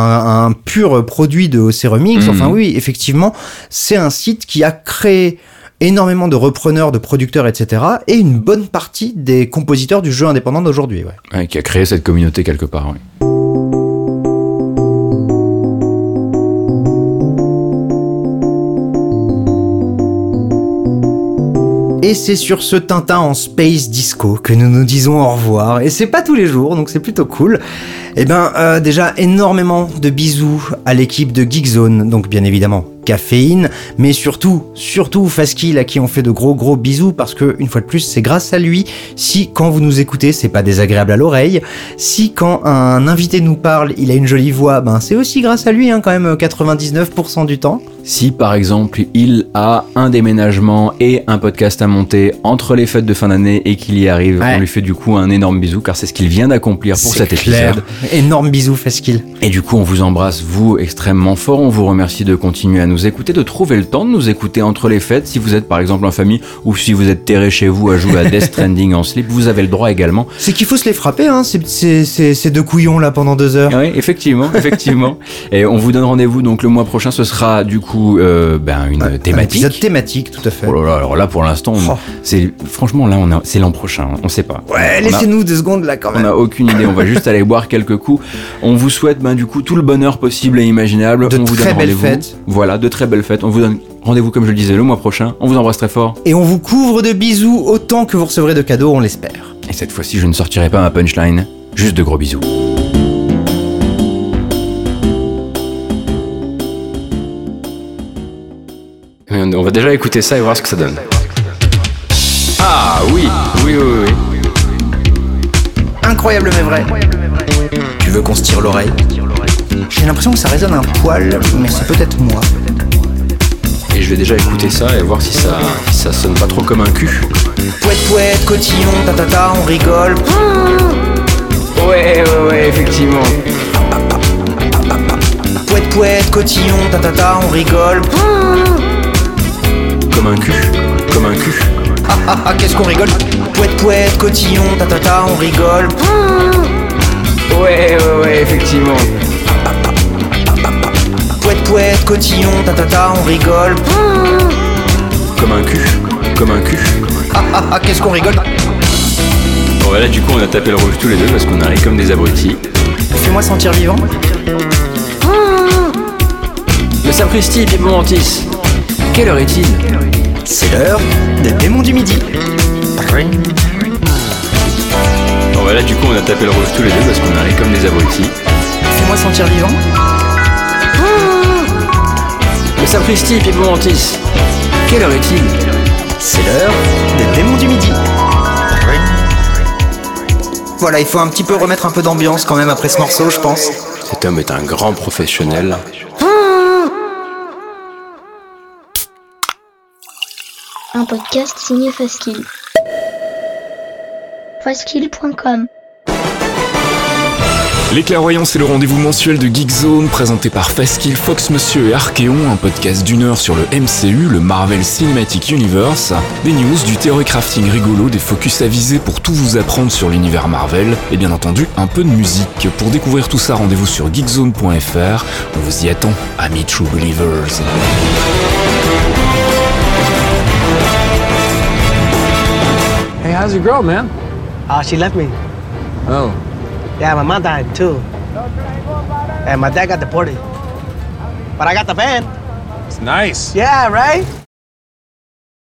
Speaker 2: un pur produit de OC Remix.
Speaker 3: Mhm.
Speaker 2: Enfin oui, effectivement, c'est un site qui a créé énormément de repreneurs, de producteurs, etc. et une bonne partie des compositeurs du jeu indépendant d'aujourd'hui. Ouais.
Speaker 3: Ouais, qui a créé cette communauté quelque part. Ouais.
Speaker 2: Et c'est sur ce Tintin en Space Disco que nous nous disons au revoir. Et c'est pas tous les jours, donc c'est plutôt cool. Et ben, déjà, énormément de bisous à l'équipe de Geekzone. Donc, bien évidemment, Caféine, mais surtout Faskill à qui on fait de gros bisous parce que, une fois de plus, c'est grâce à lui si quand vous nous écoutez, c'est pas désagréable à l'oreille, si quand un invité nous parle, il a une jolie voix, ben c'est aussi grâce à lui, hein, quand même 99% du temps.
Speaker 3: Si par exemple il a un déménagement et un podcast à monter entre les fêtes de fin d'année et qu'il y arrive, on lui fait du coup un énorme bisou car c'est ce qu'il vient d'accomplir pour cet épisode.
Speaker 2: Énorme bisou Faskill.
Speaker 3: Et du coup on vous embrasse vous extrêmement fort, on vous remercie de continuer à nous écouter, de trouver le temps de nous écouter entre les fêtes. Si vous êtes par exemple en famille ou si vous êtes terré chez vous à jouer à Death Stranding en slip, vous avez le droit également.
Speaker 2: C'est qu'il faut se les frapper, hein, ces deux couillons là pendant 2 heures.
Speaker 3: Oui, effectivement. Et on vous donne rendez-vous donc le mois prochain, ce sera du coup une thématique. Un
Speaker 2: épisode thématique, tout à fait.
Speaker 3: Oh là là, alors là pour l'instant, franchement là c'est l'an prochain, on sait pas.
Speaker 2: Ouais, laissez-nous 2 secondes là quand même.
Speaker 3: On n'a aucune idée, on va juste aller boire quelques coups. On vous souhaite du coup tout le bonheur possible et imaginable.
Speaker 2: De
Speaker 3: on vous
Speaker 2: très
Speaker 3: donne
Speaker 2: belles fêtes.
Speaker 3: Voilà, de très belles fêtes. On vous donne rendez-vous comme je le disais le mois prochain. On vous embrasse très fort.
Speaker 2: Et on vous couvre de bisous autant que vous recevrez de cadeaux, on l'espère.
Speaker 3: Et cette fois-ci, je ne sortirai pas ma punchline, juste de gros bisous. On va déjà écouter ça et voir ce que ça donne. Ah oui.
Speaker 2: Incroyable mais vrai. Tu veux qu'on se tire l'oreille? J'ai l'impression que ça résonne un poil, mais c'est peut-être moi.
Speaker 3: Et je vais déjà écouter ça et voir si ça sonne pas trop comme un cul.
Speaker 2: Pouette, cotillon, tatata, on rigole.
Speaker 3: Ouais, effectivement.
Speaker 2: Pouette, cotillon, tatata, on rigole.
Speaker 3: Comme un cul.
Speaker 2: Qu'est-ce qu'on rigole? Pouette, cotillon, tatata, on rigole.
Speaker 3: Ouais, effectivement.
Speaker 2: Pouette, cotillon, tatata, on rigole.
Speaker 3: Comme un cul.
Speaker 2: Qu'est-ce qu'on rigole?
Speaker 3: Bon voilà, du coup on a tapé le rouge tous les deux parce qu'on arrive comme des abrutis.
Speaker 2: Fais-moi sentir vivant.
Speaker 3: Le sapristi, Pipo Mantis. Quelle heure est-il?
Speaker 2: C'est l'heure des démons du midi.
Speaker 3: Bon voilà, du coup on a tapé le rouge tous les deux parce qu'on arrive comme des abrutis.
Speaker 2: Fais-moi sentir vivant.
Speaker 3: Le sapristi, Pipo Mantis. Quelle heure est-il?
Speaker 2: C'est l'heure des démons du midi. Voilà, il faut un petit peu remettre un peu d'ambiance quand même après ce morceau, je pense.
Speaker 3: Cet homme est un grand professionnel.
Speaker 5: Un podcast signé Faskill. Faskill.com.
Speaker 1: Les Clairvoyants, c'est le rendez-vous mensuel de Geekzone présenté par Faskill, Fox Monsieur et Archeon, un podcast d'1 heure sur le MCU, le Marvel Cinematic Universe, des news, du theory crafting rigolo, des focus avisés pour tout vous apprendre sur l'univers Marvel, et bien entendu un peu de musique. Pour découvrir tout ça, rendez-vous sur geekzone.fr, on vous y attend, amis True Believers.
Speaker 6: Hey, how's your girl, man?
Speaker 7: She left me.
Speaker 6: Oh.
Speaker 7: Yeah, my mom died too. And my dad got deported. But I got the van.
Speaker 6: It's nice.
Speaker 7: Yeah, right?